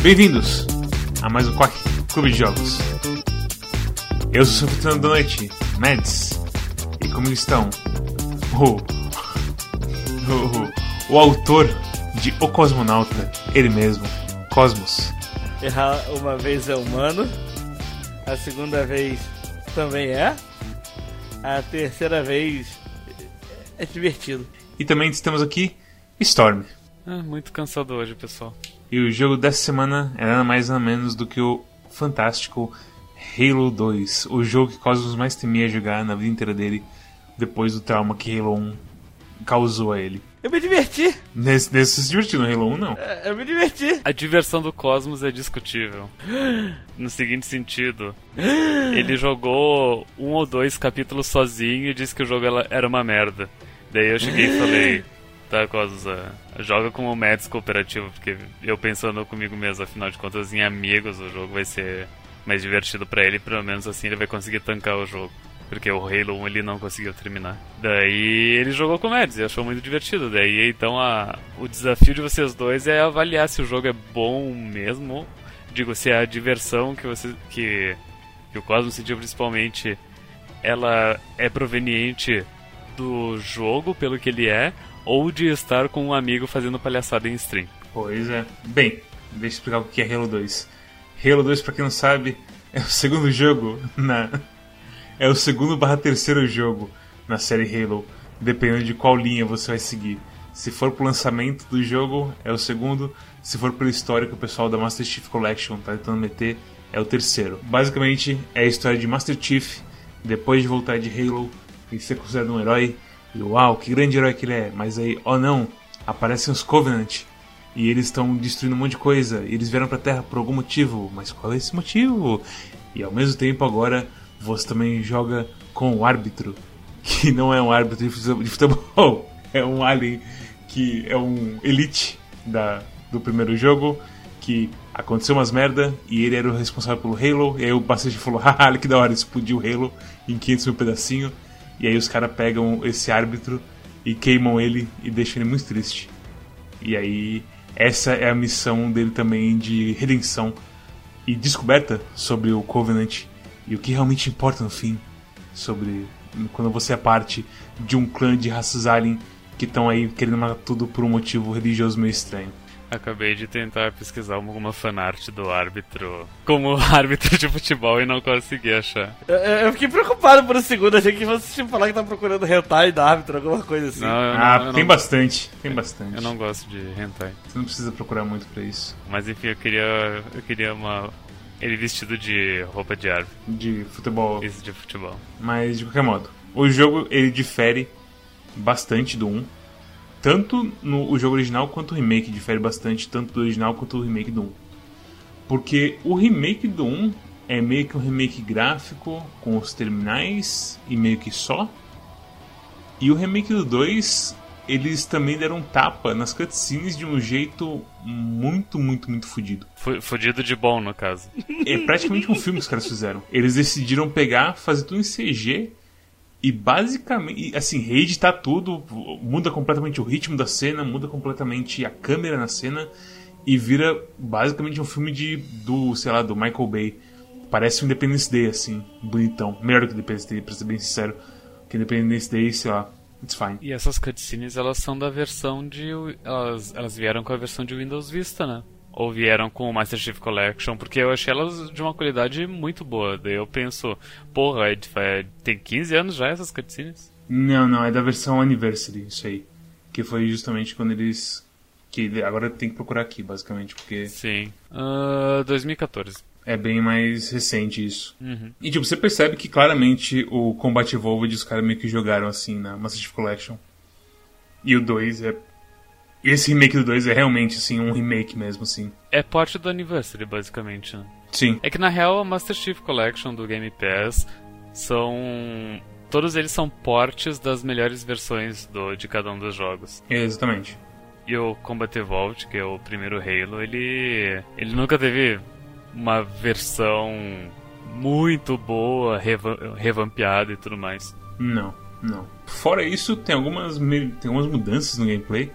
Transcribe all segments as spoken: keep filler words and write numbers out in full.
Bem-vindos a mais um Quack Clube de Jogos. Eu sou o Fernando da Noite, Mads, e comigo estão o, o, o autor de O Cosmonauta, ele mesmo, Cosmos. Errar uma vez é humano, a segunda vez também é, a terceira vez é divertido. E também estamos aqui, Storm. Ah, muito cansado hoje, pessoal. E o jogo dessa semana é nada mais nada menos do que o fantástico Halo dois. O jogo que Cosmos mais temia jogar na vida inteira dele, depois do trauma que Halo um causou a ele. Eu me diverti! Nesse, nesse se divertiu no Halo um, não? É, eu me diverti! A diversão do Cosmos é discutível. No seguinte sentido, ele jogou um ou dois capítulos sozinho e disse que o jogo era uma merda. Daí eu cheguei e falei... Tá, Cosmos, uh, joga com o Mads cooperativo, porque eu pensando comigo mesmo, afinal de contas, em amigos, o jogo vai ser mais divertido pra ele, pelo menos assim ele vai conseguir tancar o jogo, porque o Halo um ele não conseguiu terminar. Daí ele jogou com o Mads e achou muito divertido. Daí então a, o desafio de vocês dois é avaliar se o jogo é bom mesmo, digo, se a diversão que, você, que, que o Cosmos sentiu principalmente, ela é proveniente do jogo pelo que ele é, ou de estar com um amigo fazendo palhaçada em stream. Pois é. Bem, deixa eu explicar o que é Halo dois. Halo dois, pra quem não sabe, é o segundo jogo na... É o segundo barra terceiro jogo na série Halo, dependendo de qual linha você vai seguir. Se for pro lançamento do jogo, é o segundo. Se for pelo histórico que o pessoal da Master Chief Collection tá tentando meter, é o terceiro. Basicamente, é a história de Master Chief, depois de voltar de Halo e ser considerado um herói. E uau, que grande herói que ele é. Mas aí, oh não, aparecem os Covenant e eles estão destruindo um monte de coisa. E eles vieram pra Terra por algum motivo. Mas qual é esse motivo? E ao mesmo tempo agora você também joga com o árbitro, que não é um árbitro de futebol, é um alien que é um elite da, do primeiro jogo, que aconteceu umas merda e ele era o responsável pelo Halo. E aí o Bastante falou, haha, que da hora, explodiu o Halo em quinhentos mil pedacinhos. E aí os caras pegam esse árbitro e queimam ele e deixam ele muito triste. E aí essa é a missão dele também de redenção e descoberta sobre o Covenant e o que realmente importa no fim, sobre quando você é parte de um clã de raças alien que estão aí querendo matar tudo por um motivo religioso meio estranho. Acabei de tentar pesquisar alguma fanart do árbitro como árbitro de futebol e não consegui achar. Eu, eu fiquei preocupado por um segundo, achei que você tipo, falar que tá procurando hentai do árbitro, alguma coisa assim. Não, eu ah, não, eu tem não... bastante, tem bastante. Eu não gosto de hentai. Você não precisa procurar muito pra isso. Mas enfim, eu queria, eu queria uma... ele vestido de roupa de árbitro. De futebol. Isso, de futebol. Mas de qualquer modo, o jogo ele difere bastante do um. Tanto no o jogo original quanto o remake difere bastante, tanto do original quanto do remake do um. Porque o remake do um é meio que um remake gráfico com os terminais e meio que só. E o remake do dois, eles também deram um tapa nas cutscenes de um jeito muito, muito, muito fodido. Fodido de bom, no caso. É praticamente um filme que os caras fizeram. Eles decidiram pegar, fazer tudo em C G... E basicamente, assim, reeditar tudo, muda completamente o ritmo da cena, muda completamente a câmera na cena e vira basicamente um filme de, do, sei lá, do Michael Bay. Parece um Independence Day, assim, bonitão. Melhor do que Independence Day, pra ser bem sincero. Que Independence Day, sei lá, it's fine. E essas cutscenes, elas são da versão de... Elas, elas vieram com a versão de Windows Vista, né? Ou vieram com o Master Chief Collection, porque eu achei elas de uma qualidade muito boa. Daí eu penso, porra, é, é, tem quinze anos já essas cutscenes? Não, não, é da versão Anniversary, isso aí. Que foi justamente quando eles... que agora tem que procurar aqui, basicamente, porque... Sim, uh, dois mil e catorze. É bem mais recente isso. Uhum. E tipo, você percebe que claramente o Combat Evolved os caras meio que jogaram assim na Master Chief Collection. E o dois é... Esse remake do dois é realmente, assim, um remake mesmo, assim. É parte do Anniversary, basicamente, né? Sim. É que, na real, a Master Chief Collection do Game Pass são... Todos eles são portes das melhores versões do, de cada um dos jogos. É, exatamente. E o Combat Evolved, que é o primeiro Halo, ele... Ele nunca teve uma versão muito boa, reva- revampeada e tudo mais. Não, não. Fora isso, tem algumas, tem algumas mudanças no gameplay.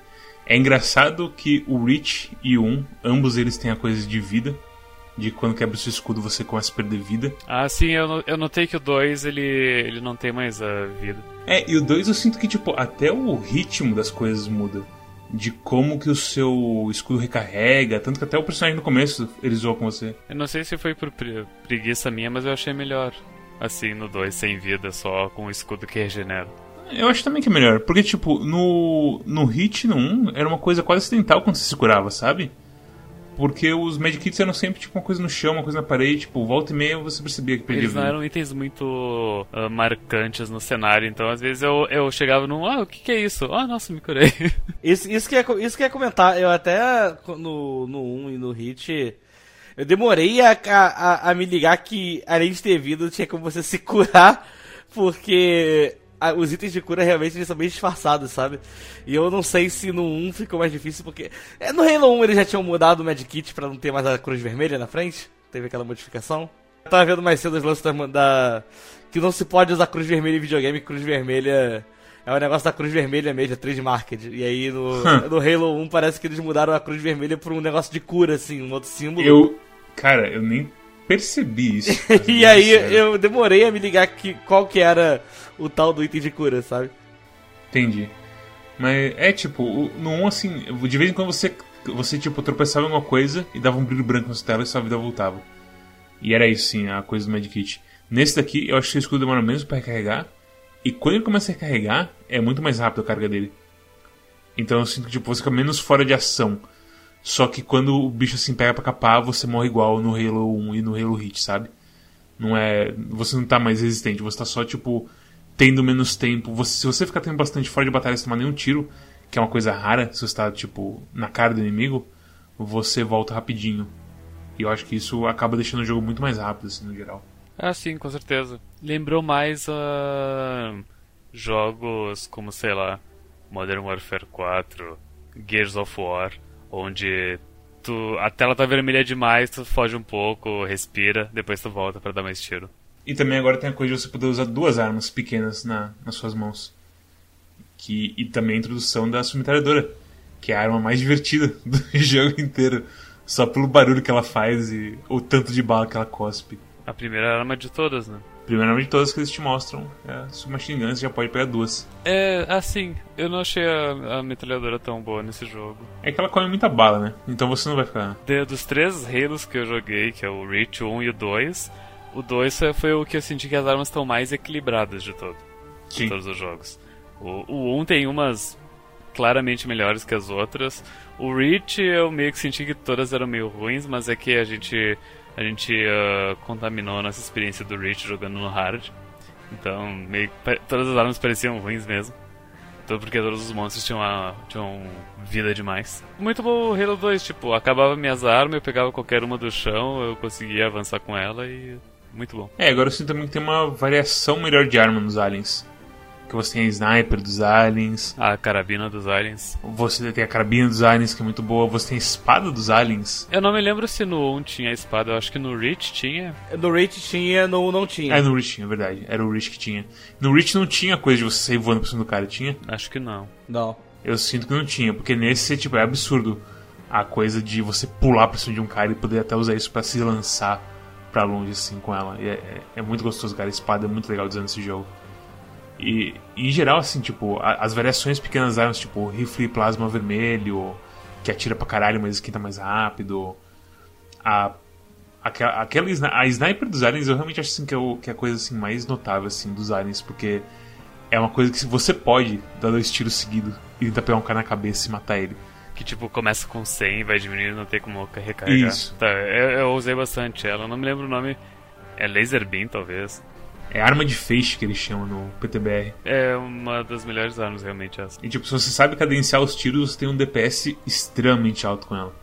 É engraçado que o Reach e o um, ambos eles têm a coisa de vida. De quando quebra o seu escudo você começa a perder vida. Ah, sim, eu, no- eu notei que o dois ele, ele não tem mais a vida. É, e o dois eu sinto que, tipo, até o ritmo das coisas muda. De como que o seu escudo recarrega. Tanto que até o personagem no começo ele zoa com você. Eu não sei se foi por pre- preguiça minha, mas eu achei melhor. Assim, no dois sem vida, só com o escudo que regenera. Eu acho também que é melhor. Porque, tipo, no, no Hit, no um, era uma coisa quase acidental quando você se curava, sabe? Porque os medkits eram sempre tipo uma coisa no chão, uma coisa na parede, tipo, volta e meia você percebia que perdia Eles não vida. eram itens muito ah, marcantes no cenário, então às vezes eu, eu chegava num, ah, o que que é isso? Ah, nossa, me curei. Isso, isso, que é, isso que eu ia comentar, eu até no, no um e no Hit, eu demorei a, a, a me ligar que, além de ter vida, tinha como você se curar, porque a- os itens de cura realmente eles são bem disfarçados, sabe? E eu não sei se no um ficou mais difícil, porque é, no Halo um eles já tinham mudado o Medkit pra não ter mais a cruz vermelha na frente, teve aquela modificação. Eu tava vendo mais cedo os lances da, da... que não se pode usar cruz vermelha em videogame, cruz vermelha... É o negócio da cruz vermelha mesmo, a trademarked. E aí no, no Halo um parece que eles mudaram a cruz vermelha por um negócio de cura, assim, um outro símbolo. Eu, cara, eu nem percebi isso. E aí eu demorei a me ligar que, qual que era o tal do item de cura, sabe? Entendi. Mas é tipo, o- no um assim, de vez em quando você, você tipo, tropeçava em uma coisa e dava um brilho branco na sua tela e sua vida voltava. E era isso sim, a coisa do Medkit. Nesse daqui, eu acho que o escudo demora menos pra recarregar. E quando ele começa a recarregar, é muito mais rápido a carga dele. Então eu sinto que tipo, você fica menos fora de ação. Só que quando o bicho assim pega pra capar, você morre igual no Halo um e no Halo Reach, sabe? Não é, você não tá mais resistente, você tá só tipo tendo menos tempo. Você, se você ficar tendo bastante fora de batalha sem tomar nenhum tiro, que é uma coisa rara, se você tá tipo na cara do inimigo, você volta rapidinho. E eu acho que isso acaba deixando o jogo muito mais rápido assim no geral. Ah, sim, com certeza. Lembrou mais a jogos como, sei lá, Modern Warfare quatro, Gears of War, onde tu, a tela tá vermelha demais, tu foge um pouco, respira, depois tu volta pra dar mais tiro. E também agora tem a coisa de você poder usar duas armas pequenas na, nas suas mãos. Que, e também a introdução da submetralhadora, que é a arma mais divertida do jogo inteiro. Só pelo barulho que ela faz e o tanto de bala que ela cospe. A primeira arma de todas, né? Primeira arma de todas que eles te mostram é a Submachine Gun, você já pode pegar duas. É, assim, eu não achei a, a metralhadora tão boa nesse jogo. É que ela come muita bala, né? Então você não vai ficar... De, dos três Halos que eu joguei, que é o Reach, o um e o dois, o dois foi, foi o que eu senti que as armas estão mais equilibradas de todo. Sim. De todos os jogos. O, o um tem umas claramente melhores que as outras. O Reach eu meio que senti que todas eram meio ruins, mas é que a gente, a gente uh, contaminou a nossa experiência do Reach jogando no hard. Então meio que todas as armas pareciam ruins mesmo. Tudo porque todos os monstros tinham, uma, tinham vida demais. Muito bom o Halo dois, tipo, acabava minhas armas, eu pegava qualquer uma do chão, eu conseguia avançar com ela e... muito bom. É, agora eu sinto também que tem uma variação melhor de arma nos aliens. Que você tem a sniper dos aliens, A carabina dos aliens. você tem a carabina dos aliens, que é muito boa, você tem a espada dos aliens. Eu não me lembro se no um tinha espada, eu acho que no Reach tinha. No Reach tinha, no não tinha. É, no Reach tinha, é verdade. Era o Reach que tinha. No Reach não tinha coisa de você sair voando por cima do cara, tinha? Acho que não. Não. Eu sinto que não tinha, porque nesse, tipo, é absurdo a coisa de você pular por cima de um cara e poder até usar isso pra se lançar pra longe, assim, com ela. E é, é, é muito gostoso, cara. A espada é muito legal de usar nesse jogo. E, em geral, assim, tipo, a, as variações pequenas das armas, tipo, rifle plasma vermelho, que atira pra caralho, mas esquenta mais rápido. A, aquela, aquela, a sniper dos aliens, eu realmente acho assim, que, é o, que é a coisa assim, mais notável assim, dos aliens, porque é uma coisa que você pode dar dois tiros seguidos e tentar pegar um cara na cabeça e matar ele. Que tipo, começa com cem, vai diminuindo, não tem como recarregar. Isso. Tá, eu, eu usei bastante ela, não me lembro o nome. É Laser Beam, talvez. É arma de feixe que eles chamam no P T B R. É uma das melhores armas, realmente, essa. E tipo, se você sabe cadenciar os tiros, você tem um D P S extremamente alto com ela.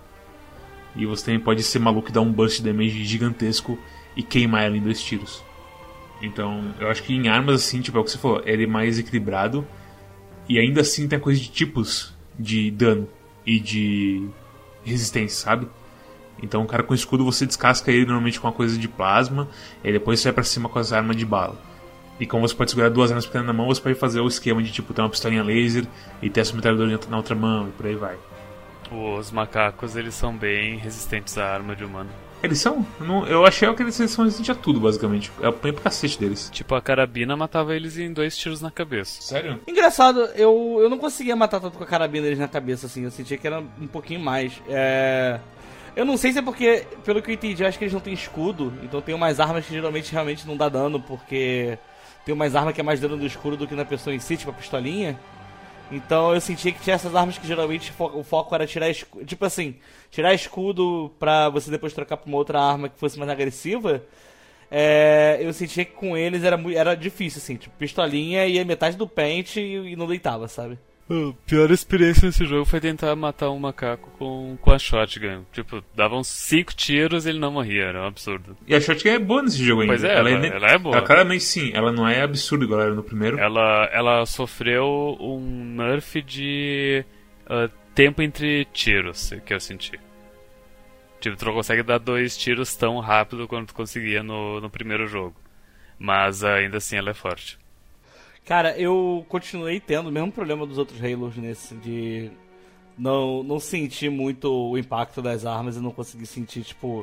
E você também pode ser maluco e dar um burst de damage gigantesco e queimar ela em dois tiros. Então, eu acho que em armas assim, tipo, é o que você falou, ele é mais equilibrado. E ainda assim tem a coisa de tipos de dano e de resistência, sabe? Então o cara com escudo você descasca ele normalmente com uma coisa de plasma, e depois você vai pra cima com as armas de bala. E como você pode segurar duas armas pequenas na mão, você pode fazer o esquema de tipo ter uma pistolinha laser e ter essa metralhadora na outra mão e por aí vai. Os macacos, eles são bem resistentes à arma de humano. Eles são? Não, eu achei que eles são resistentes a tudo, basicamente. Eu apanhei pro cacete deles. Tipo, a carabina matava eles em dois tiros na cabeça. Sério? Engraçado, eu, eu não conseguia matar tanto com a carabina deles na cabeça, assim. Eu sentia que era um pouquinho mais. É... Eu não sei se é porque, pelo que eu entendi, eu acho que eles não têm escudo. Então tem umas armas que geralmente realmente não dá dano, porque tem umas armas que é mais dano do escudo do que na pessoa em si, tipo a pistolinha. Então eu sentia que tinha essas armas que geralmente o foco era tirar escudo. Tipo assim, tirar escudo pra você depois trocar pra uma outra arma que fosse mais agressiva. É, eu sentia que com eles era, era difícil, assim. Tipo, pistolinha ia metade do pente e, e não deitava, sabe? A pior experiência nesse jogo foi tentar matar um macaco com, com a shotgun. Tipo, davam cinco tiros e ele não morria, era um absurdo. E a shotgun é boa nesse jogo ainda. Pois é, ela, ela, é, ela é boa. Ela, claramente sim, ela não é absurda igual era no primeiro. Ela, ela sofreu um nerf de uh, tempo entre tiros, que eu senti. Tipo, tu não consegue dar dois tiros tão rápido quanto tu conseguia no, no primeiro jogo. Mas ainda assim ela é forte. Cara, eu continuei tendo o mesmo problema dos outros Halos nesse, de não, não sentir muito o impacto das armas e não conseguir sentir, tipo,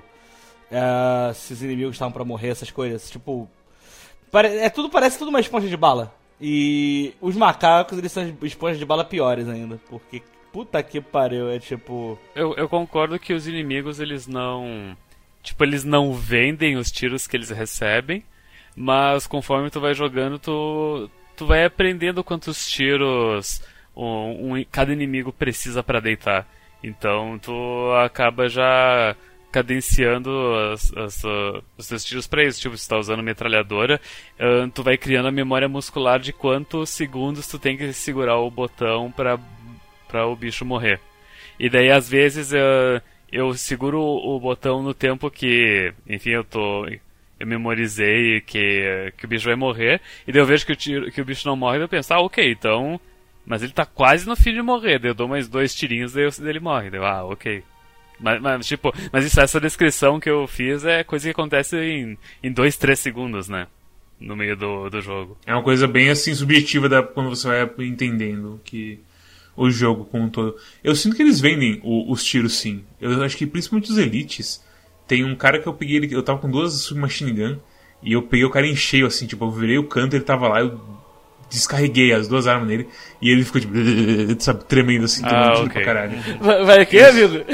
é, se os inimigos estavam pra morrer, essas coisas. Tipo, pare, é tudo, parece tudo uma esponja de bala. E os macacos, eles são esponjas de bala piores ainda, porque puta que pariu, é tipo... Eu, eu concordo que os inimigos, eles não... Tipo, eles não vendem os tiros que eles recebem, mas conforme tu vai jogando, tu... Tu vai aprendendo quantos tiros um, um, cada inimigo precisa pra deitar. Então tu acaba já cadenciando as, as, uh, os teus tiros pra isso. Tipo, se tu tá usando metralhadora, uh, tu vai criando a memória muscular de quantos segundos tu tem que segurar o botão pra, pra o bicho morrer. E daí às vezes uh, eu seguro o, o botão no tempo que, enfim, eu tô... Eu memorizei que, que o bicho vai morrer, e daí eu vejo que o, tiro, que o bicho não morre, e eu penso, ah, ok, então... Mas ele tá quase no fim de morrer, daí eu dou mais dois tirinhos, daí ele morre, daí eu, ah, ok. Mas, mas, tipo, mas isso, essa descrição que eu fiz é coisa que acontece em, em dois, três segundos, né? No meio do, do jogo. É uma coisa bem, assim, subjetiva da, quando você vai entendendo que... O jogo como um todo. Eu sinto que eles vendem o, os tiros, sim. Eu acho que principalmente os elites... Tem um cara que eu peguei, ele, eu tava com duas submachine gun, e eu peguei o cara em cheio, assim, tipo, eu virei o canto, ele tava lá, eu descarreguei as duas armas nele, e ele ficou, tipo, sabe, tremendo, assim, tomando ah, tiro okay. pra caralho. Vai, vai o quê, amigo?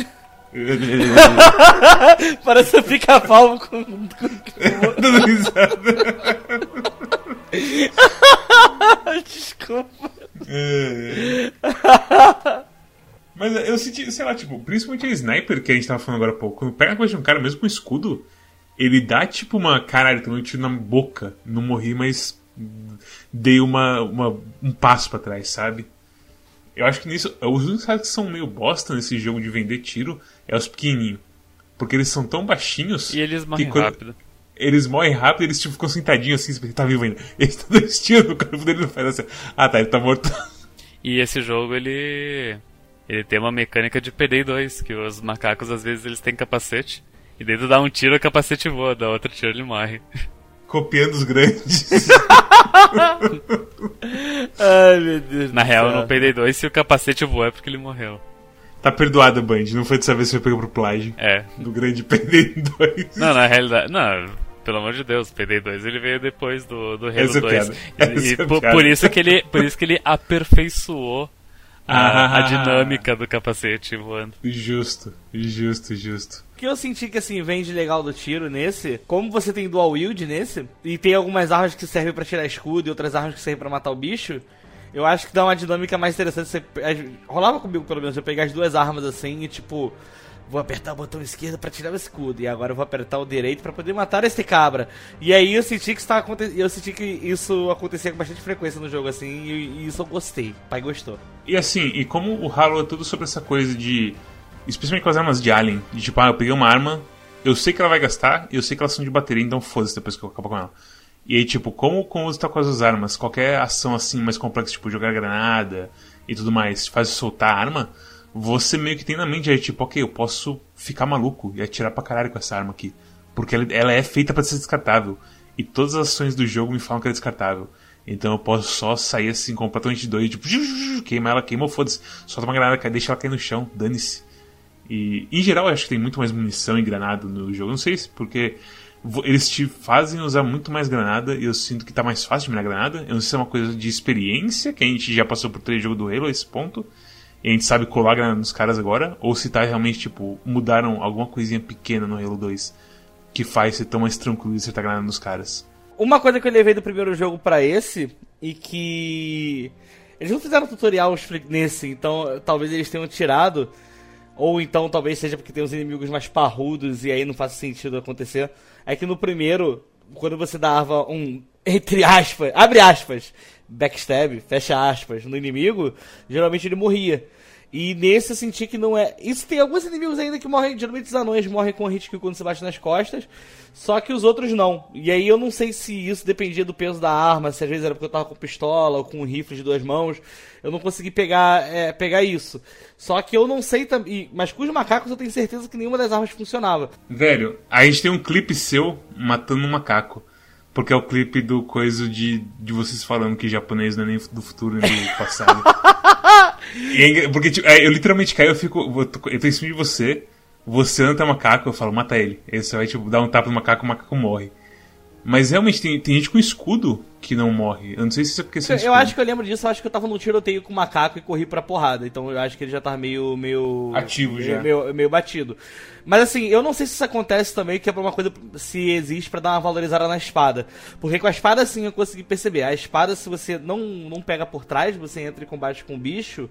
Parece um pica-pau com... Dando risada. Desculpa. É. Mas eu senti, sei lá, tipo, principalmente a sniper que a gente tava falando agora há pouco, quando pega a coisa de um cara mesmo com escudo, ele dá tipo uma, caralho, tomei um tiro na boca, não morri, mas dei uma, uma, um passo pra trás, sabe? Eu acho que nisso, os únicos caras que são meio bosta nesse jogo de vender tiro é os pequenininhos, porque eles são tão baixinhos... E eles morrem quando rápido. Eles morrem rápido e eles tipo, ficam sentadinhos assim, ele tá vivo ainda. Eles estão dando tiro no corpo dele, não faz assim, ah tá, ele tá morto. E esse jogo, ele... Ele tem uma mecânica de P D dois, que os macacos às vezes eles têm capacete. E daí tu dá um tiro, o capacete voa, dá outro tiro, ele morre. Copiando os grandes. Ai, meu Deus. Na real, no P D dois, se o capacete voa é porque ele morreu. Tá perdoado, Band. Não foi dessa vez que você pegou pro plágio. É. Do grande P D dois. Não, na realidade... Não, pelo amor de Deus, o P D dois ele veio depois do, do Halo dois. E, e por, por, isso que ele, por isso que ele aperfeiçoou A, ah, a dinâmica do capacete voando. Justo, justo, justo. O que eu senti que assim, vem de legal do tiro nesse, como você tem dual wield nesse, e tem algumas armas que servem pra tirar escudo e outras armas que servem pra matar o bicho, eu acho que dá uma dinâmica mais interessante. Você, rolava comigo pelo menos, eu pegar as duas armas assim e tipo, vou apertar o botão esquerdo pra tirar o escudo, e agora eu vou apertar o direito pra poder matar esse cabra. E aí eu senti que isso tava aconte... eu senti que isso acontecia com bastante frequência no jogo assim, e, e isso eu gostei. O pai gostou. E assim, e como o Halo é tudo sobre essa coisa de... Especialmente com as armas de Alien. De tipo, ah, eu peguei uma arma, eu sei que ela vai gastar, e eu sei que elas são de bateria, então foda-se depois que eu acabar com ela. E aí, tipo, como, como você tá com as armas, qualquer ação assim mais complexa, tipo, jogar granada e tudo mais, faz soltar a arma, você meio que tem na mente aí, tipo, ok, eu posso ficar maluco e atirar pra caralho com essa arma aqui. Porque ela, ela é feita pra ser descartável. e todas as ações do jogo me falam que é descartável. Então eu posso só sair assim completamente doido, tipo, queima ela, queimou, foda-se, solta uma granada, deixa ela cair no chão, dane-se. E em geral eu acho que tem muito mais munição e granada no jogo, não sei se porque eles te fazem usar muito mais granada e eu sinto que tá mais fácil de mirar granada. Eu não sei se é uma coisa de experiência, que a gente já passou por três jogos do Halo a esse ponto, e a gente sabe colar granada nos caras agora, ou se tá realmente, tipo, mudaram alguma coisinha pequena no Halo dois que faz ser tão mais tranquilo de acertar granada nos caras. Uma coisa que eu levei do primeiro jogo pra esse, e que eles não fizeram tutorial nesse, então talvez eles tenham tirado, ou então talvez seja porque tem os inimigos mais parrudos e aí não faz sentido acontecer, é que no primeiro, quando você dava um, entre aspas, abre aspas, backstab, fecha aspas, no inimigo, geralmente ele morria. E nesse eu senti que não é... Isso tem alguns inimigos ainda que morrem... Geralmente os anões morrem com hit kill quando você bate nas costas. Só que os outros não. E aí eu não sei se isso dependia do peso da arma. Se às vezes era porque eu tava com pistola ou com um rifle de duas mãos. Eu não consegui pegar, é, pegar isso. Só que eu não sei também... Mas com os macacos eu tenho certeza que nenhuma das armas funcionava. Velho, a gente tem um clipe seu matando um macaco. Porque é o clipe do coisa de, de vocês falando que japonês não é nem do futuro nem do passado. E é, porque tipo, eu literalmente caio, eu fico. Eu tô, eu tô em cima de você, você anda até o macaco, eu falo, mata ele. Aí você vai tipo, dar um tapa no macaco, o macaco morre. Mas realmente tem, tem gente com escudo que não morre. Eu não sei se isso é porque você. Eu, eu acho que eu lembro disso, eu acho que eu tava no tiroteio com o macaco e corri pra porrada. Então eu acho que ele já tava meio. meio ativo meio, já. Meio, meio batido. Mas assim, eu não sei se isso acontece também, que é pra uma coisa. Se existe pra dar uma valorizada na espada. Porque com a espada, sim, eu consegui perceber. A espada, se você não, não pega por trás, você entra em combate com o bicho,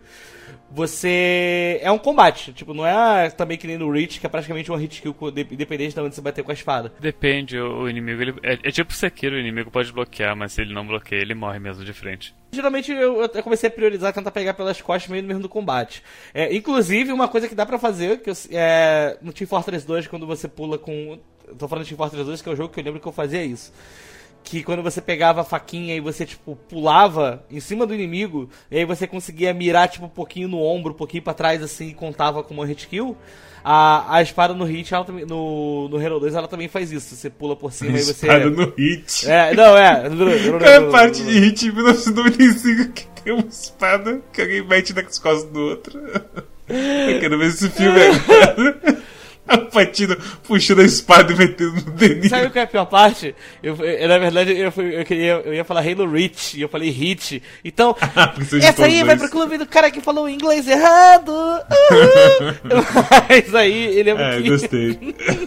você. É um combate. Tipo, não é também que nem no Reach, que é praticamente um hit kill, independente de onde você bater com a espada. Depende, o inimigo. Ele, é, é tipo Sekiro, o inimigo pode bloquear, mas se ele não bloqueia, ele morre mesmo de frente. Geralmente eu, eu comecei a priorizar tentar pegar pelas costas meio no mesmo do combate. É, inclusive, uma coisa que dá pra fazer, que eu, é, no Team Fortress dois, quando você pula com... Tô falando de Team Fortress dois, que é o jogo que eu lembro que eu fazia isso. Que quando você pegava a faquinha e você, tipo, pulava em cima do inimigo, e aí você conseguia mirar, tipo, um pouquinho no ombro, um pouquinho pra trás, assim, e contava como uma hit kill. A, a espada no Hit, ela também, no, no Halo dois, ela também faz isso. Você pula por cima e você... Espada no Hit. É, não, é. No, no, Qual é a parte de Hit em mil novecentos e noventa e cinco que tem uma espada que alguém mete nas costas do outro? Eu quero ver esse filme agora. A Patina puxando a espada e metendo no dedo. Sabe qual é a pior parte? Eu, eu, na verdade, eu, eu, queria, eu ia falar Halo Reach e eu falei Hit. Então, essa aí vai pro clube do cara que falou inglês errado. Uh! Mas aí, ele lembro é, que... gostei.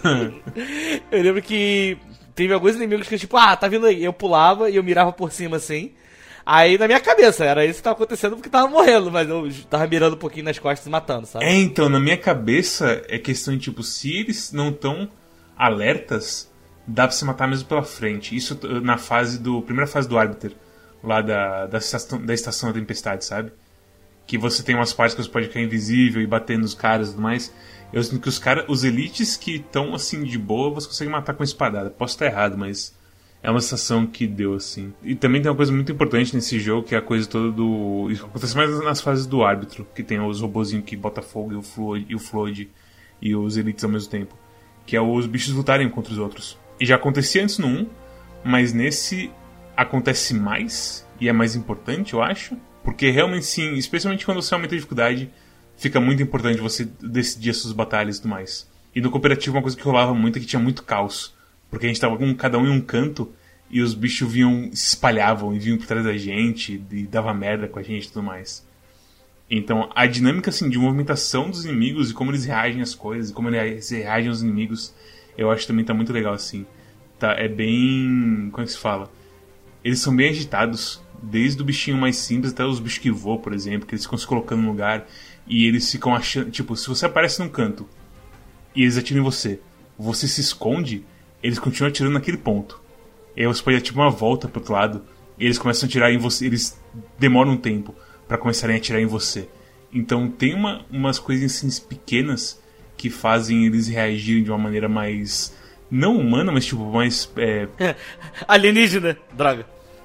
Eu lembro que teve alguns inimigos que, tipo, ah, tá vindo aí. Eu pulava e eu mirava por cima assim. Aí na minha cabeça, era isso que tava acontecendo porque tava morrendo, mas eu tava mirando um pouquinho nas costas e matando, sabe? É, então, na minha cabeça é questão de, tipo, se eles não tão alertas, dá pra se matar mesmo pela frente. Isso na fase do... primeira fase do Arbiter, lá da, da, estação, da estação da tempestade, sabe? Que você tem umas partes que você pode ficar invisível e bater nos caras e tudo mais. Eu sinto que os caras, os elites que estão assim de boa, você consegue matar com espadada. Posso estar errado, mas... é uma sensação que deu, assim. E também tem uma coisa muito importante nesse jogo, que é a coisa toda do... isso acontece mais nas fases do árbitro, que tem os robozinhos que botam fogo e o Floyd, e o Floyd e os elites ao mesmo tempo. Que é os bichos lutarem contra os outros. E já acontecia antes no um, mas nesse acontece mais, e é mais importante, eu acho. Porque realmente sim, especialmente quando você aumenta a dificuldade, fica muito importante você decidir as suas batalhas e tudo mais. E no cooperativo uma coisa que rolava muito é que tinha muito caos. Porque a gente tava com cada um em um canto e os bichos vinham, se espalhavam e vinham por trás da gente e dava merda com a gente e tudo mais. Então a dinâmica assim, de movimentação dos inimigos e como eles reagem às coisas e como eles reagem aos inimigos, eu acho que também tá muito legal assim. Tá, é bem... como é que se fala? Eles são bem agitados, desde o bichinho mais simples até os bichos que voam, por exemplo, que eles ficam se colocando no lugar e eles ficam achando... tipo, se você aparece num canto e eles atiram em você, você se esconde... eles continuam atirando naquele ponto. E aí você pode dar tipo uma volta pro outro lado. E eles começam a atirar em você. Eles demoram um tempo pra começarem a atirar em você. Então tem uma, umas coisinhas assim, pequenas que fazem eles reagirem de uma maneira mais... não humana, mas tipo mais... É... alienígena, droga.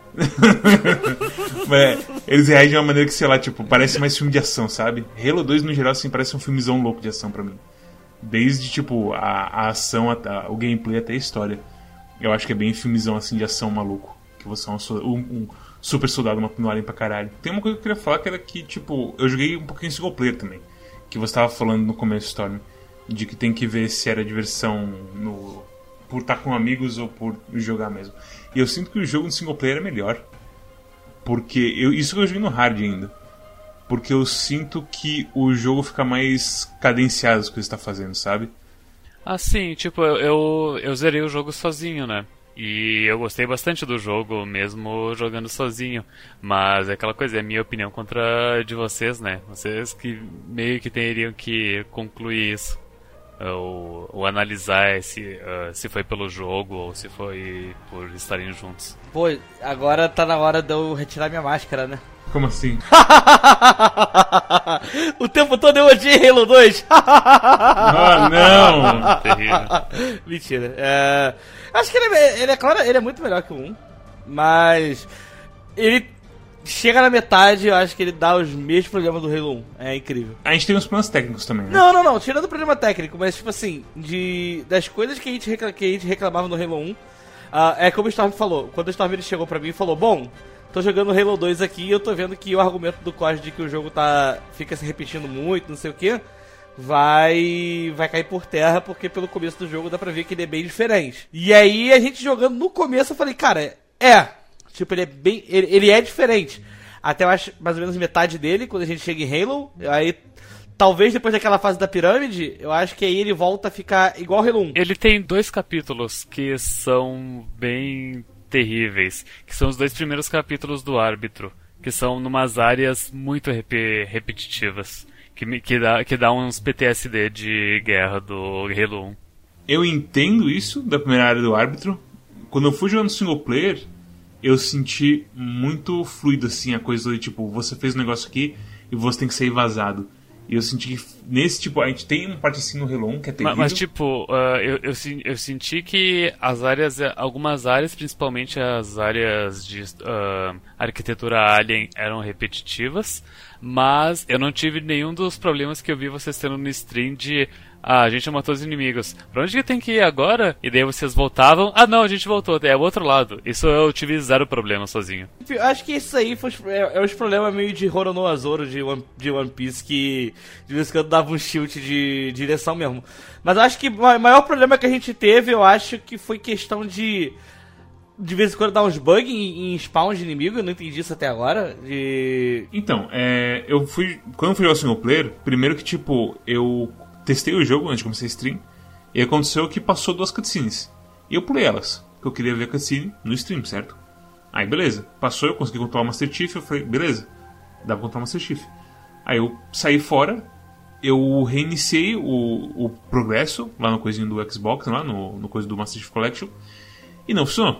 é, eles reagem de uma maneira que, sei lá, tipo, parece mais filme de ação, sabe? Halo dois no geral assim, parece um filmezão louco de ação pra mim. Desde, tipo, a, a ação, a, o gameplay até a história. Eu acho que é bem filmezão assim de ação maluco. Que você é um, um, um super soldado matando alien pra caralho. Tem uma coisa que eu queria falar que era que, tipo, eu joguei um pouquinho single player também. Que você tava falando no começo, Storm. De que tem que ver se era diversão no, por estar com amigos ou por jogar mesmo. E eu sinto que o jogo no single player é melhor. Porque, eu, isso que eu joguei no hard ainda. Porque eu sinto que o jogo fica mais cadenciado as coisas que você tá fazendo, sabe? Ah, sim, tipo, eu, eu, eu zerei o jogo sozinho, né? E eu gostei bastante do jogo, mesmo jogando sozinho. Mas é aquela coisa, é a minha opinião contra a de vocês, né? Vocês que meio que teriam que concluir isso. Ou, ou analisar se, uh, se foi pelo jogo ou se foi por estarem juntos. Pô, agora tá na hora de eu retirar minha máscara, né? Como assim? O tempo todo eu odiei Halo dois. Ah, não! Terrível. Mentira. É, acho que ele é, ele é claro, ele é muito melhor que o um, mas ele chega na metade, eu acho que ele dá os mesmos problemas do Halo um. É incrível. A gente tem uns problemas técnicos também, né? Não, não, não. Tirando o problema técnico, mas tipo assim, de das coisas que a gente, recla, que a gente reclamava no Halo um, uh, é como o Storm falou. Quando o Storm ele chegou pra mim e falou, bom, tô jogando Halo dois aqui e eu tô vendo que o argumento do Cos de que o jogo tá fica se repetindo muito, não sei o que, vai vai cair por terra, porque pelo começo do jogo dá pra ver que ele é bem diferente. E aí a gente jogando no começo eu falei, cara, é, tipo, ele é bem, ele, ele é diferente. Até eu acho mais ou menos metade dele, quando a gente chega em Halo, aí talvez depois daquela fase da pirâmide, eu acho que aí ele volta a ficar igual Halo um. Ele tem dois capítulos que são bem terríveis, que são os dois primeiros capítulos do Árbitro, que são numas áreas muito rep- repetitivas, que, que, dá, que dá uns P T S D de guerra do Halo um. Eu entendo isso da primeira área do Árbitro. Quando eu fui jogando single player, eu senti muito fluido assim a coisa de tipo, você fez um negócio aqui e você tem que sair vazado. E eu senti que nesse tipo, a gente tem uma parte assim no Halo um que é terrível. Mas, mas tipo, uh, eu, eu, eu senti que as áreas, algumas áreas, principalmente as áreas de uh, arquitetura alien, eram repetitivas, mas eu não tive nenhum dos problemas que eu vi vocês tendo no stream de ah, a gente matou os inimigos. Pra onde que tem que ir agora? E daí vocês voltavam. Ah, não, a gente voltou. É o outro lado. Isso eu tive zero problema sozinho. Eu acho que isso aí foi, é, é os problemas meio de Horonoa Zoro de One, de One Piece, que de vez em quando dava um tilt de direção mesmo. Mas eu acho que o maior problema que a gente teve, eu acho que foi questão de de vez em quando dar uns bugs em, em spawn de inimigo. Eu não entendi isso até agora. De... Então, é, eu fui... Quando eu fui jogar single player, primeiro que tipo, eu testei o jogo antes de começar a stream, e aconteceu que passou duas cutscenes. E eu pulei elas, porque eu queria ver a cutscene no stream, certo? Aí beleza, passou, eu consegui controlar o Master Chief, eu falei, beleza, dá pra controlar o Master Chief. Aí eu saí fora, eu reiniciei o, o progresso, lá no coisinho do Xbox, lá no, no coisa do Master Chief Collection, e não funcionou.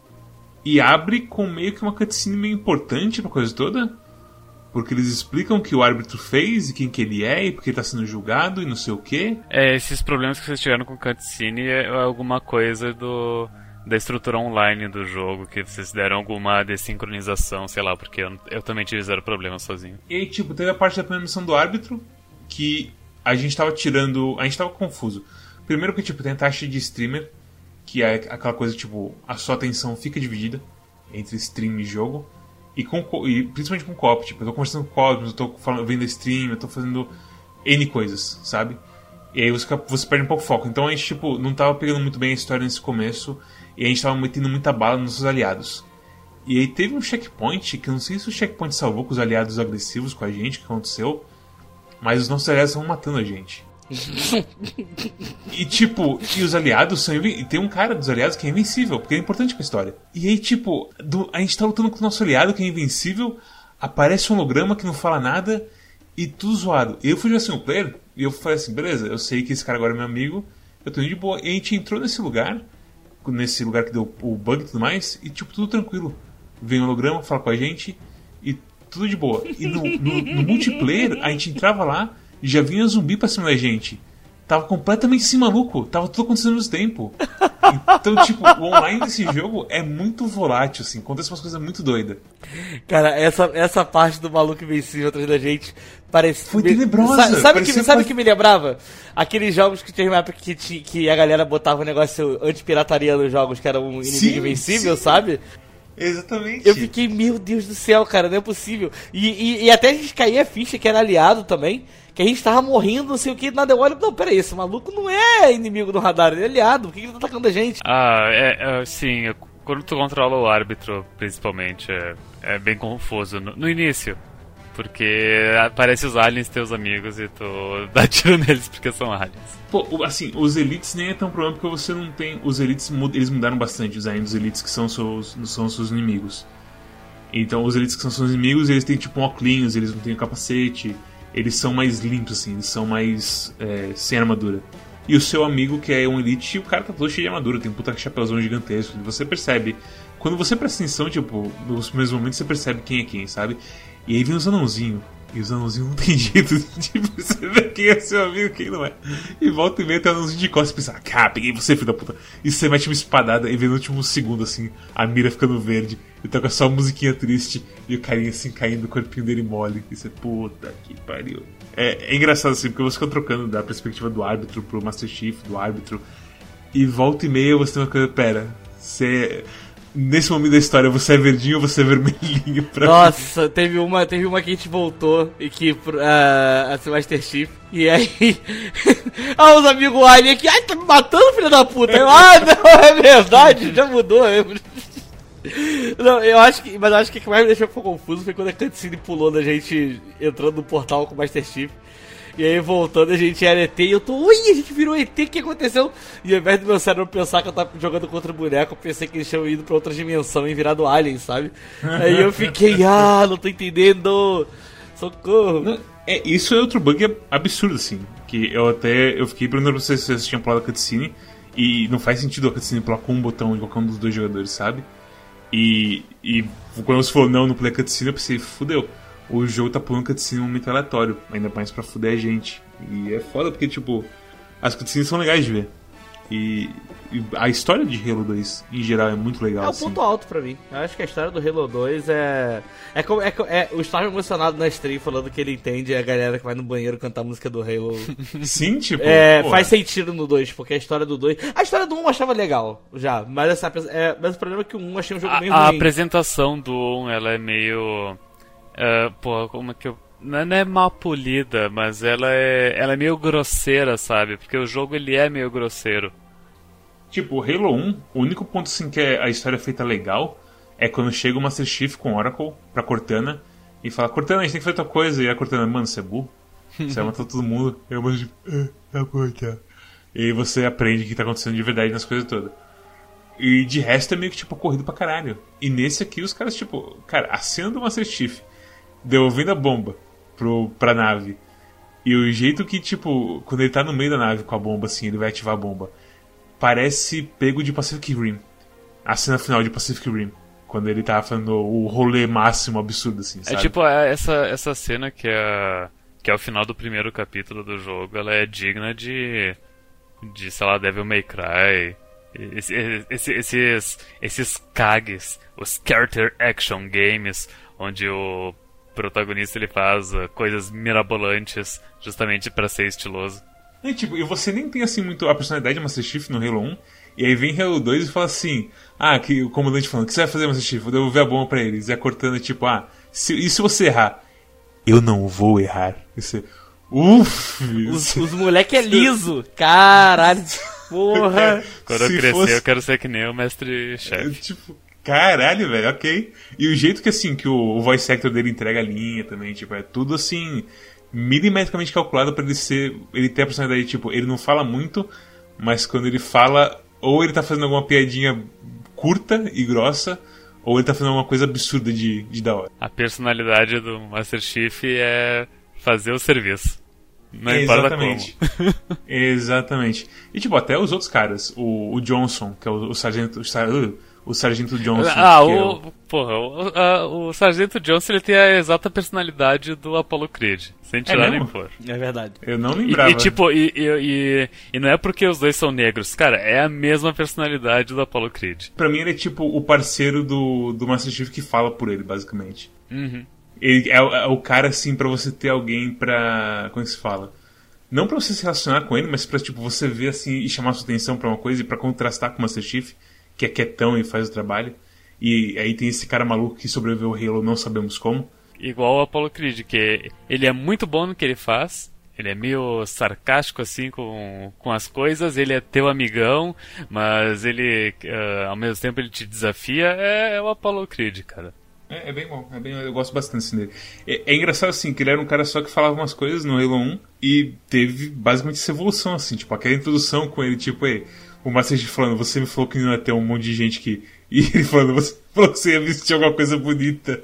E abre com meio que uma cutscene meio importante pra coisa toda, porque eles explicam o que o árbitro fez e quem que ele é e porque ele tá sendo julgado e não sei o quê. É, esses problemas que vocês tiveram com cutscene é alguma coisa do, da estrutura online do jogo, que vocês deram alguma desincronização, sei lá, porque eu, eu também tive zero problema sozinho. E aí, tipo, teve a parte da primeira missão do árbitro que a gente tava tirando... A gente tava confuso. Primeiro que, tipo, tem a taxa de streamer, que é aquela coisa, tipo, a sua atenção fica dividida entre stream e jogo. E, com, e principalmente com o co-op, tipo, eu tô conversando com o Cosmos, eu tô falando, vendo stream, eu tô fazendo N coisas, sabe? E aí você, você perde um pouco o foco. Então a gente, tipo, não tava pegando muito bem a história nesse começo, e a gente tava metendo muita bala nos nossos aliados. E aí teve um checkpoint, que eu não sei se o checkpoint salvou com os aliados agressivos com a gente, o que aconteceu, mas os nossos aliados estavam matando a gente. E tipo, e os aliados são inven... e tem um cara dos aliados que é invencível, porque é importante pra história. E aí tipo, do... a gente tá lutando com o nosso aliado que é invencível, aparece um holograma que não fala nada e tudo zoado. E eu fui jogar single player e eu falei assim, beleza, eu sei que esse cara agora é meu amigo, eu tô indo de boa. E a gente entrou nesse lugar, nesse lugar que deu o bug e tudo mais, e tipo, tudo tranquilo. Vem um holograma, fala com a gente e tudo de boa. E no, no, no multiplayer, a gente entrava lá e já vinha zumbi pra cima da gente. Tava completamente assim maluco. Tava tudo acontecendo ao mesmo tempo. Então, tipo, o online desse jogo é muito volátil, assim, acontece umas coisas muito doidas. Cara, essa, essa parte do maluco invencível atrás da gente parece... Foi tenebrosa. Sa sabe o que, sabe uma... que me lembrava? Aqueles jogos que tinha uma época que, que a galera botava um negócio anti-pirataria nos jogos, que era um inimigo sim, invencível, sim. sabe? Exatamente. Eu fiquei, meu Deus do céu, cara, não é possível. E, e, e até a gente caía a ficha que era aliado também, que a gente tava morrendo, não sei o que, nada, eu olho, não, peraí, esse maluco não é inimigo do radar, ele é aliado, por que ele tá atacando a gente? Ah, é, é sim, quando tu controla o árbitro, principalmente, é, é bem confuso no, no início. Porque aparece os aliens teus amigos e tu dá tiro neles porque são aliens. Pô, assim, os elites nem é tão problema porque você não tem... Os elites, eles mudaram bastante o design dos elites que são seus, são seus inimigos. Então, os elites que são seus inimigos, eles têm tipo um óculos, eles não têm um capacete, eles são mais limpos, assim, eles são mais é, sem armadura. E o seu amigo, que é um elite, o cara tá todo cheio de armadura, tem um puta chapeuzão gigantesco. E você percebe... Quando você presta atenção, tipo, nos primeiros momentos você percebe quem é quem, sabe? E aí vem os anãozinhos. E os anãozinhos não tem jeito de perceber quem é seu amigo e quem não é. E volta e meia tem um anãozinho de costas e pensa, ah, peguei você, filho da puta. E você mete uma espadada e vê no último segundo, assim, a mira ficando verde. E toca só uma musiquinha triste. E o carinha assim caindo, o corpinho dele mole. E você, puta que pariu. É, é engraçado assim, porque você fica trocando da perspectiva do árbitro pro Master Chief, do árbitro. E volta e meia você tem uma coisa, pera, você... Nesse momento da história, você é verdinho ou você é vermelhinho? Pra Nossa, mim? teve uma, teve uma que a gente voltou e que uh, a Master Chief. E aí. ah, os amigos Alien aqui. Ai, tá me matando, filho da puta. Eu, ah, não, é verdade, já mudou. Não, eu acho que. Mas eu acho que o que mais me deixou confuso foi quando a cutscene pulou da gente entrando no portal com o Master Chief. E aí voltando a gente era E T e eu tô, ui, a gente virou E T, o que aconteceu? E ao invés do meu cérebro pensar que eu tava jogando contra o boneco, eu pensei que eles tinham ido pra outra dimensão e virado alien, sabe? Aí eu fiquei, ah, não tô entendendo, socorro. Não, é, isso é outro bug absurdo, assim, que eu até, eu fiquei perguntando pra vocês se vocês tinham pulado a cutscene, e não faz sentido a cutscene pular com um botão em qualquer um dos dois jogadores, sabe? E, e quando você falou não, não pulei a cutscene, eu pensei, fudeu. O jogo tá pulando cutscene num momento aleatório, ainda mais pra fuder a gente. E é foda porque, tipo, as cutscenes são legais de ver. E, e a história de Halo dois, em geral, é muito legal. É o assim. ponto alto pra mim. Eu acho que a história do Halo dois é. É, como, é, é o Storm emocionado na stream falando que ele entende a galera que vai no banheiro cantar a música do Halo. Sim, tipo. É, pô, faz é. sentido no dois, porque a história do dois. A história do um eu achava legal já, mas, essa, é, mas o problema é que o um eu achei um jogo a, meio a ruim. A apresentação do um, ela é meio. Uh, pô, como é que eu... Não é mal polida, mas ela é, ela é meio grosseira, sabe? Porque o jogo ele é meio grosseiro. Tipo, o Halo um, o único ponto assim que a história é feita legal é quando chega o Master Chief com o Oracle pra Cortana e fala, Cortana, a gente tem que fazer outra coisa. E a Cortana, mano, você é burro? Você vai matar todo mundo. E eu mando tipo, ah, tá bom, tá. E aí você aprende o que tá acontecendo de verdade nas coisas todas. E de resto é meio que tipo corrido pra caralho. E nesse aqui os caras, tipo, cara, a cena do Master Chief devolvendo a bomba pro, pra nave. E o jeito que, tipo, quando ele tá no meio da nave com a bomba, assim, ele vai ativar a bomba. Parece pego de Pacific Rim. A cena final de Pacific Rim. Quando ele tá fazendo o rolê máximo absurdo, assim, sabe? É tipo, essa, essa cena que é, que é o final do primeiro capítulo do jogo, ela é digna de, de sei lá, Devil May Cry. Esse, esse, esses, esses C A Gs, os Character Action Games, onde o protagonista ele faz uh, coisas mirabolantes justamente pra ser estiloso. E, tipo, e você nem tem assim muito a personalidade de Master Chief no Halo um, e aí vem Halo dois e fala assim, ah, que o comandante falando, o que você vai fazer, Master Chief? Vou devolver a bomba pra eles. E a Cortana, tipo, ah, se, e se você errar? Eu não vou errar. E você, uff! Os, os moleque é liso, caralho, porra! Quando eu Se crescer fosse... eu quero ser que nem o mestre-chefe. Tipo, caralho, velho, ok. E o jeito que, assim, que o, o voice actor dele entrega a linha também, tipo, é tudo, assim, milimetricamente calculado pra ele ser... Ele ter a personalidade, tipo, ele não fala muito, mas quando ele fala, ou ele tá fazendo alguma piadinha curta e grossa, ou ele tá fazendo alguma coisa absurda de, de da hora. A personalidade do Master Chief é fazer o serviço. Não importa Exatamente. como. Exatamente. E, tipo, até os outros caras, o, o Johnson, que é o, o sargento... O, o Sargento Johnson. Ah, o, eu... porra, o, a, o Sargento Johnson ele tem a exata personalidade do Apollo Creed, sem tirar é nem pôr. É verdade. Eu não lembrava. E, e tipo, e, e, e, e não é porque os dois são negros, cara, é a mesma personalidade do Apollo Creed. Pra mim ele é tipo o parceiro do, do Master Chief que fala por ele, basicamente. Uhum. Ele é, é o cara, assim, pra você ter alguém pra... Como é que se fala? Não pra você se relacionar com ele, mas pra, tipo, você ver, assim, e chamar sua atenção pra uma coisa e pra contrastar com o Master Chief, que é quietão e faz o trabalho. E aí tem esse cara maluco que sobreviveu ao Halo, não sabemos como. Igual o Apollo Creed, que ele é muito bom no que ele faz, ele é meio sarcástico assim com, com as coisas, ele é teu amigão, mas ele, uh, ao mesmo tempo, ele te desafia, é, é o Apollo Creed, cara. É, é bem bom, é bem, eu gosto bastante assim, dele. É, é engraçado assim, que ele era um cara só que falava umas coisas no Halo um e teve basicamente essa evolução, assim, tipo, aquela introdução com ele, tipo, ei, o Master Chief falando, você me falou que não ia ter um monte de gente que... E ele falando, você falou que você ia vestir alguma coisa bonita.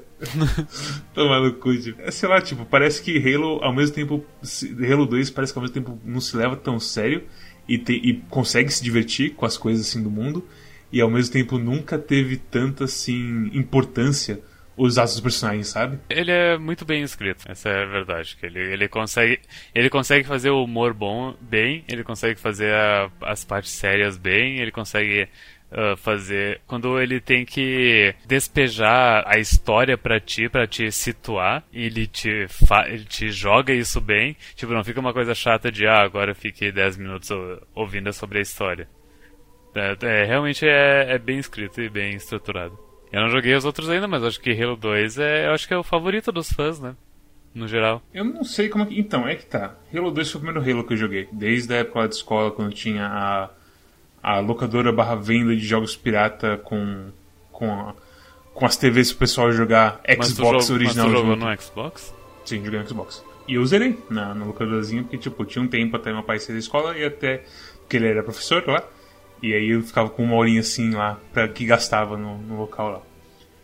Tomar no cu, tipo. É, sei lá, tipo, parece que Halo, ao mesmo tempo, Halo dois parece que ao mesmo tempo não se leva tão sério e, te, e consegue se divertir com as coisas assim do mundo, e ao mesmo tempo nunca teve tanta assim importância os atos dos personagens, sabe? Ele é muito bem escrito, essa é a verdade. Que ele, ele, consegue, ele consegue fazer o humor bom bem, ele consegue fazer a, as partes sérias bem, ele consegue uh, fazer... Quando ele tem que despejar a história pra ti, pra te situar, ele te, fa, ele te joga isso bem. Tipo, não fica uma coisa chata de, ah, agora eu fiquei dez minutos ouvindo sobre a história. É, é, realmente é, é bem escrito e bem estruturado. Eu não joguei os outros ainda, mas acho que Halo dois é, eu acho que é o favorito dos fãs, né? No geral. Eu não sei como é que... Então, é que tá. Halo dois foi o primeiro Halo que eu joguei. Desde a época lá de escola, quando tinha a, a locadora barra venda de jogos pirata com, com, a, com as T Vs pro pessoal jogar Xbox jogo, original. Mas tu jogou junto. no Xbox? Sim, joguei no Xbox. E eu zerei na, na locadorazinha, porque tipo, tinha um tempo até meu pai sair da escola e até... Porque ele era professor lá. E aí eu ficava com uma horinha assim lá, pra, que gastava no, no local lá.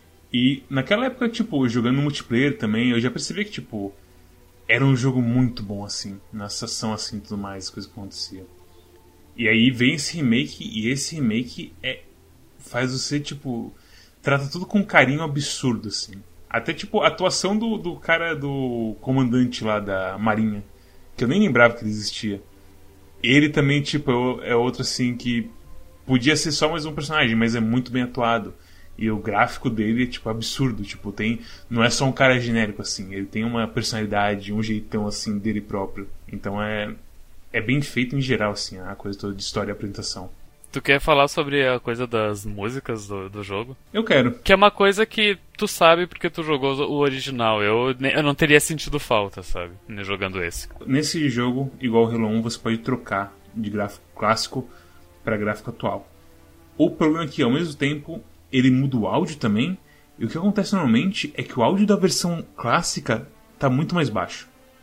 E naquela época, tipo, jogando multiplayer também, eu já percebi que, tipo, era um jogo muito bom, assim, na sensação, assim, tudo mais, coisas que aconteciam. E aí vem esse remake, e esse remake é, faz você, tipo, trata tudo com um carinho absurdo, assim. Até, tipo, a atuação do, do cara, do comandante lá da Marinha, que eu nem lembrava que ele existia. Ele também, tipo, é outro, assim, que podia ser só mais um personagem, mas é muito bem atuado. E o gráfico dele é, tipo, absurdo. Tipo, tem... Não é só um cara genérico, assim. Ele tem uma personalidade, um jeitão, assim, dele próprio. Então é... É bem feito em geral, assim, a coisa toda de história e apresentação. Tu quer falar sobre a coisa das músicas do, do jogo? Eu quero. Que é uma coisa que tu sabe porque tu jogou o original. Eu, eu não teria sentido falta, sabe? Jogando esse. Nesse jogo, igual o Halo um, você pode trocar de gráfico clássico para gráfico atual. O problema é que, ao mesmo tempo, ele muda o áudio também. E o que acontece normalmente é que o áudio da versão clássica tá muito mais baixo.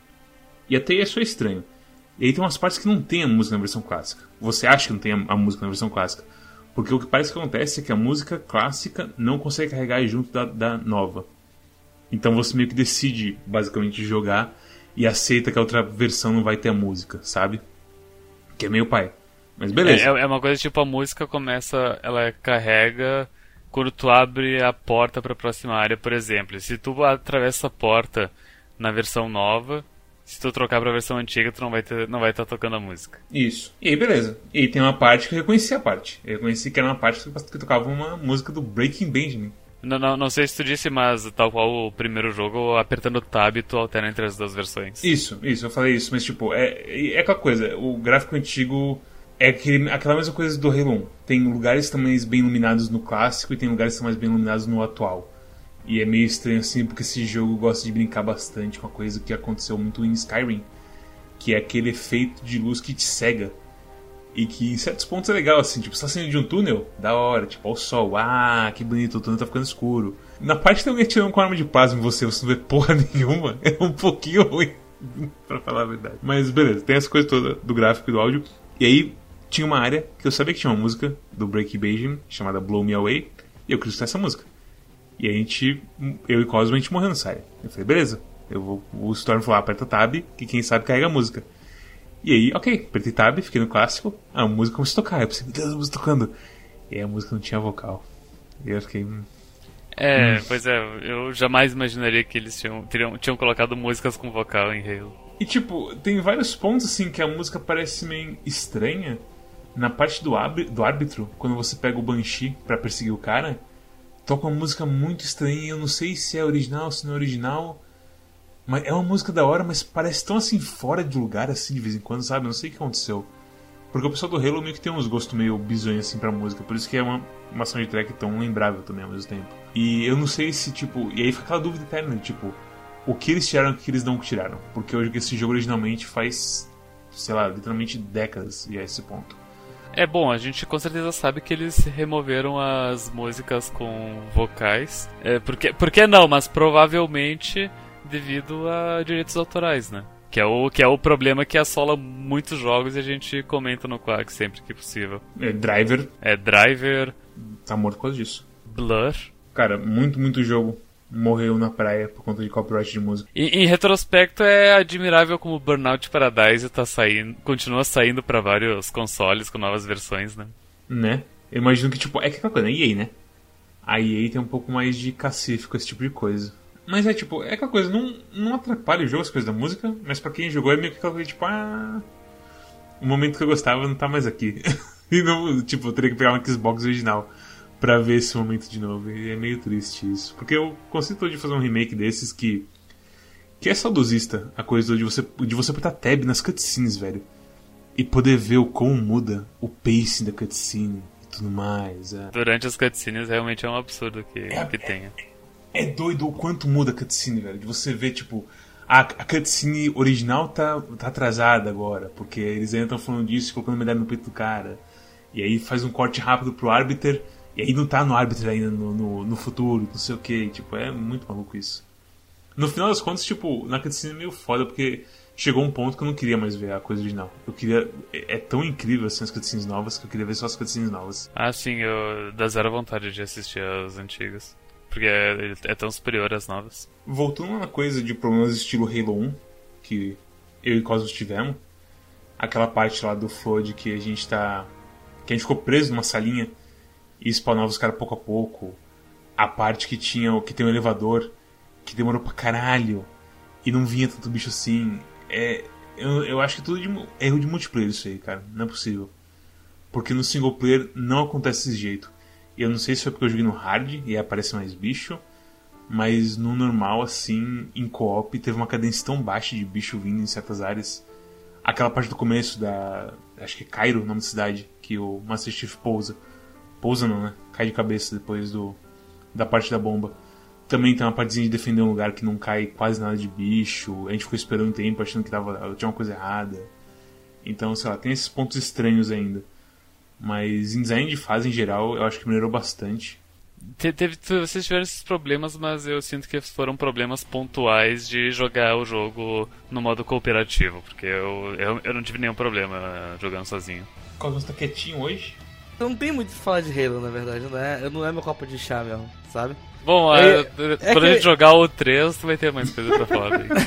E até isso é estranho. E aí tem umas partes que não tem a música na versão clássica. Você acha que não tem a, a música na versão clássica. Porque o que parece que acontece é que a música clássica não consegue carregar junto da, da nova. Então você meio que decide, basicamente, jogar e aceita que a outra versão não vai ter a música, sabe? Que é meio pai. Mas beleza. É, é uma coisa tipo, a música começa, ela carrega quando tu abre a porta para a próxima área, por exemplo. Se tu atravessa a porta na versão nova, se tu trocar pra versão antiga, tu não vai ter, não vai estar tocando a música. Isso. E aí, beleza. E aí tem uma parte que eu reconheci a parte. Eu reconheci que era uma parte que tocava uma música do Breaking Benjamin. Não, não, não sei se tu disse, mas tal qual o primeiro jogo, apertando o tab, tu alterna entre as duas versões. Isso, isso, eu falei isso, mas tipo, é, é aquela coisa, o gráfico antigo é aquele, aquela mesma coisa do Halo um. Tem lugares também bem iluminados no clássico e tem lugares que são mais bem iluminados no atual. E é meio estranho assim, porque esse jogo gosta de brincar bastante com a coisa que aconteceu muito em Skyrim, que é aquele efeito de luz que te cega. E que em certos pontos é legal, assim, tipo, você tá saindo de um túnel, da hora, tipo, ó o sol, ah, que bonito, o túnel tá ficando escuro. Na parte que tem alguém atirando com arma de plasma em você, você não vê porra nenhuma, é um pouquinho ruim, pra falar a verdade. Mas beleza, tem essa coisa toda do gráfico e do áudio. E aí, tinha uma área que eu sabia que tinha uma música do Breaking Benjamin, chamada Blow Me Away, e eu queria escutar essa música. E a gente, eu e Cosmo, a gente morreu nessa área. Eu falei, beleza, eu vou, o Storm falou, aperta tab, que quem sabe carrega a música. E aí, ok, apertei tab, fiquei no clássico, a música começou a tocar. Eu pensei, meu Deus, a música tocando. E aí a música não tinha vocal. E eu fiquei... É, Hum. pois é, eu jamais imaginaria que eles tinham, teriam, tinham colocado músicas com vocal em Halo. E tipo, tem vários pontos assim que a música parece meio estranha. Na parte do, árbitro, do árbitro, quando você pega o Banshee pra perseguir o cara, toca uma música muito estranha. Eu não sei se é original, se não é original. Mas é uma música da hora, mas parece tão assim fora de lugar assim de vez em quando, sabe? Eu não sei o que aconteceu. Porque o pessoal do Halo meio que tem uns gostos meio bizonhos assim pra música. Por isso que é uma, uma soundtrack tão lembrável também ao mesmo tempo. E eu não sei se, tipo... E aí fica aquela dúvida eterna, tipo... O que eles tiraram e o que eles não tiraram. Porque eu joguei esse jogo originalmente faz... Sei lá, literalmente décadas. E é esse ponto. É bom, a gente com certeza sabe que eles removeram as músicas com vocais. É, porque, porque não, mas provavelmente devido a direitos autorais, né? Que é, o, que é o problema que assola muitos jogos e a gente comenta no Quack sempre que possível. É, Driver É Driver, tá morto por causa disso. Blur. Cara, muito, muito jogo morreu na praia por conta de copyright de música. E, em retrospecto é admirável como Burnout Paradise tá saindo, continua saindo pra vários consoles com novas versões, né? Né? Eu imagino que, tipo, é que aquela coisa, né? E A, né? A E A tem um pouco mais de cacife com esse tipo de coisa. Mas é tipo, é aquela coisa, não, não atrapalha o jogo as coisas da música, mas pra quem jogou é meio que aquela coisa, tipo, ah... O momento que eu gostava não tá mais aqui. E não, tipo, eu teria que pegar um Xbox original pra ver esse momento de novo. E é meio triste isso. Porque eu consigo de fazer um remake desses que... Que é saudosista, a coisa de você, de você apertar tab nas cutscenes, velho. E poder ver o como muda o pacing da cutscene e tudo mais. É, Durante as cutscenes realmente é um absurdo que, É, que tenha. é doido o quanto muda a cutscene, velho. De você ver, tipo... A, a cutscene original tá, tá atrasada agora. Porque eles ainda estão falando disso e colocando medalha no peito do cara. E aí faz um corte rápido pro Arbiter. E aí não tá no Arbiter ainda no, no, no futuro, não sei o que. Tipo, é muito maluco isso. No final das contas, tipo, na cutscene é meio foda, porque chegou um ponto que eu não queria mais ver a coisa original. Eu queria... É, é tão incrível assim as cutscenes novas que eu queria ver só as cutscenes novas. Ah, sim, eu dá zero vontade de assistir as antigas. Porque é, é tão superior às novas. Voltando na coisa de problemas estilo Halo um, que eu e Cosmos tivemos, aquela parte lá do Flood que a gente tá... Que a gente ficou preso numa salinha e spawnava os caras pouco a pouco. A parte que tinha que tem um elevador que demorou pra caralho e não vinha tanto bicho assim. É, eu, eu acho que tudo de erro de multiplayer isso aí, cara. Não é possível. Porque no single player não acontece desse jeito. E eu não sei se foi porque eu joguei no hard e aí aparece mais bicho, mas no normal, assim, em co-op, teve uma cadência tão baixa de bicho vindo em certas áreas. Aquela parte do começo da... Acho que é Cairo, o nome da cidade, que o Master Chief pousa. Pousa não, né? Cai de cabeça depois do da parte da bomba. Também tem uma partezinha de defender um lugar que não cai quase nada de bicho. A gente ficou esperando um tempo achando que tava, tinha uma coisa errada. Então, sei lá, tem esses pontos estranhos ainda. Mas em design de fase em geral, eu acho que melhorou bastante. Te, teve, vocês tiveram esses problemas, mas eu sinto que foram problemas pontuais de jogar o jogo no modo cooperativo. Porque eu, eu, eu não tive nenhum problema jogando sozinho. O Cosmos tá quietinho hoje? Eu não tenho muito o que falar de Halo, na verdade. Não é, não é meu copo de chá mesmo, sabe? Bom, É- a- é quando que- a gente jogar o três, tu vai ter mais coisa pra falar daí.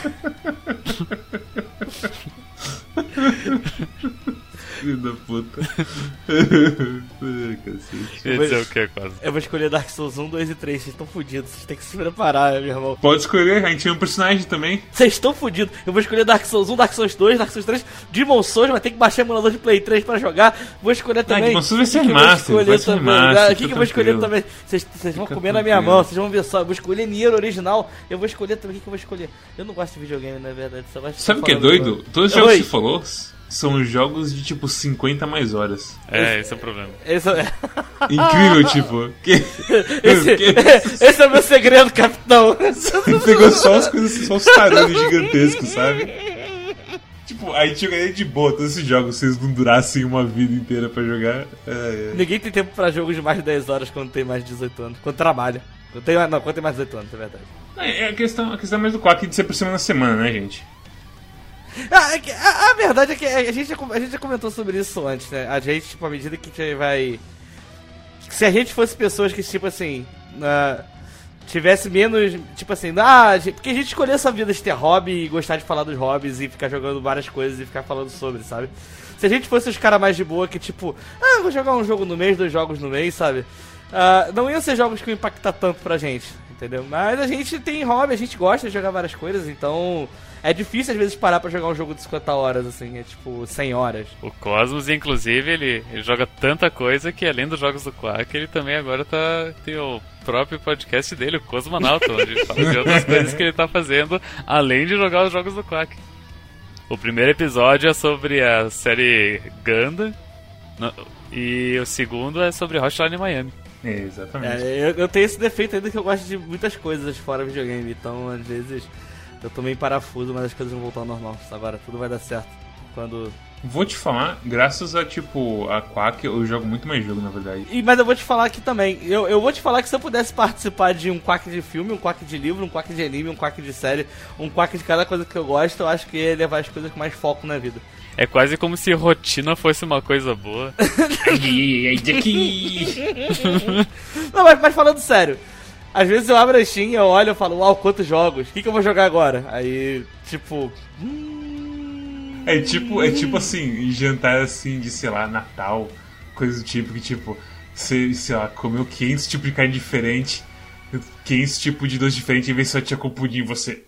Filho da puta. Ai, cacete. Esse é o que, quase. Eu vou escolher Dark Souls um, dois e três. Vocês estão fodidos. Vocês têm que se preparar, meu irmão. Pode escolher, a gente tem um personagem também. Vocês estão fodidos. Eu vou escolher Dark Souls um, Dark Souls dois, Dark Souls três. Demon Souls, vai ter que baixar emulador de Play três pra jogar. Vou escolher também. Demon Souls vai ser O que que eu vou master, escolher vai ser também? master, Ah, O que, fica que eu vou escolher tranquilo. também? Vocês vocês vão Fica comer na minha tranquilo. mão. Vocês vão ver só. Eu vou escolher Nier original. Eu vou escolher também. O que, que eu vou escolher? Eu não gosto de videogame, na verdade. Só gosto de Sabe o que é falar doido? do- Todos os jogos Oi. que você falou são jogos de tipo cinquenta mais horas. É, esse é o problema. Esse é, Incrível, tipo. Que... esse, que- esse é o meu segredo, capitão. Você pegou só as coisas, só os taranhos gigantescos, sabe? Tipo, a gente jogaria de boa todos esses jogos se eles não durassem uma vida inteira pra jogar. É, é. Ninguém tem tempo pra jogos de mais de dez horas quando tem mais de dezoito anos. Quando trabalha. Quando tem, não, quando tem mais de dezoito anos, é verdade. É, a questão, a questão é mais do quack de ser por semana a semana, né, gente? Ah, é que- a, a verdade é que a gente, já, com- a gente já comentou sobre isso antes, né? A gente, tipo, à medida que a gente vai... Se a gente fosse pessoas que, tipo assim... ah, tivesse menos... Tipo assim... Ah, a gente- porque a gente escolheu essa vida de ter hobby e gostar de falar dos hobbies e ficar jogando várias coisas e ficar falando sobre, sabe? Se a gente fosse os caras mais de boa que, tipo... Ah, vou jogar um jogo no mês, dois jogos no mês, sabe? Uh, não iam ser jogos que iam impactar tanto pra gente, entendeu? Mas a gente tem hobby, a gente gosta de jogar várias coisas, então é difícil às vezes parar pra jogar um jogo de cinquenta horas, assim, é tipo cem horas. O Cosmos, inclusive, ele, ele joga tanta coisa que além dos jogos do Quack, ele também agora tá tem o próprio podcast dele, o Cosmonauta, onde ele fala de outras coisas que ele tá fazendo, além de jogar os jogos do Quack. O primeiro episódio é sobre a série Gundam, e o segundo é sobre Hotline Miami. É, exatamente. É, eu, eu tenho esse defeito ainda que eu gosto de muitas coisas fora videogame, então às vezes eu tô meio parafuso, mas as coisas vão voltar ao normal. Agora tudo vai dar certo quando... Vou te falar, graças a tipo a Quack, eu jogo muito mais jogo, na verdade. E, mas eu vou te falar aqui também, eu, eu vou te falar que se eu pudesse participar de um Quack de filme, um Quack de livro, um Quack de anime, um Quack de série, um Quack de cada coisa que eu gosto, eu acho que ia levar as coisas com mais foco na vida. É quase como se rotina fosse uma coisa boa. Não, mas, mas falando sério, às vezes eu abro a Steam, eu olho e falo, uau, quantos jogos, o que, que eu vou jogar agora? Aí, tipo... Hum... É tipo, é tipo assim, jantar assim de, sei lá, Natal, coisa do tipo, que tipo, você, sei lá, comeu quinhentos tipos de carne diferente, quinhentos tipos de doce diferente, e vez só tinha com pudim, você...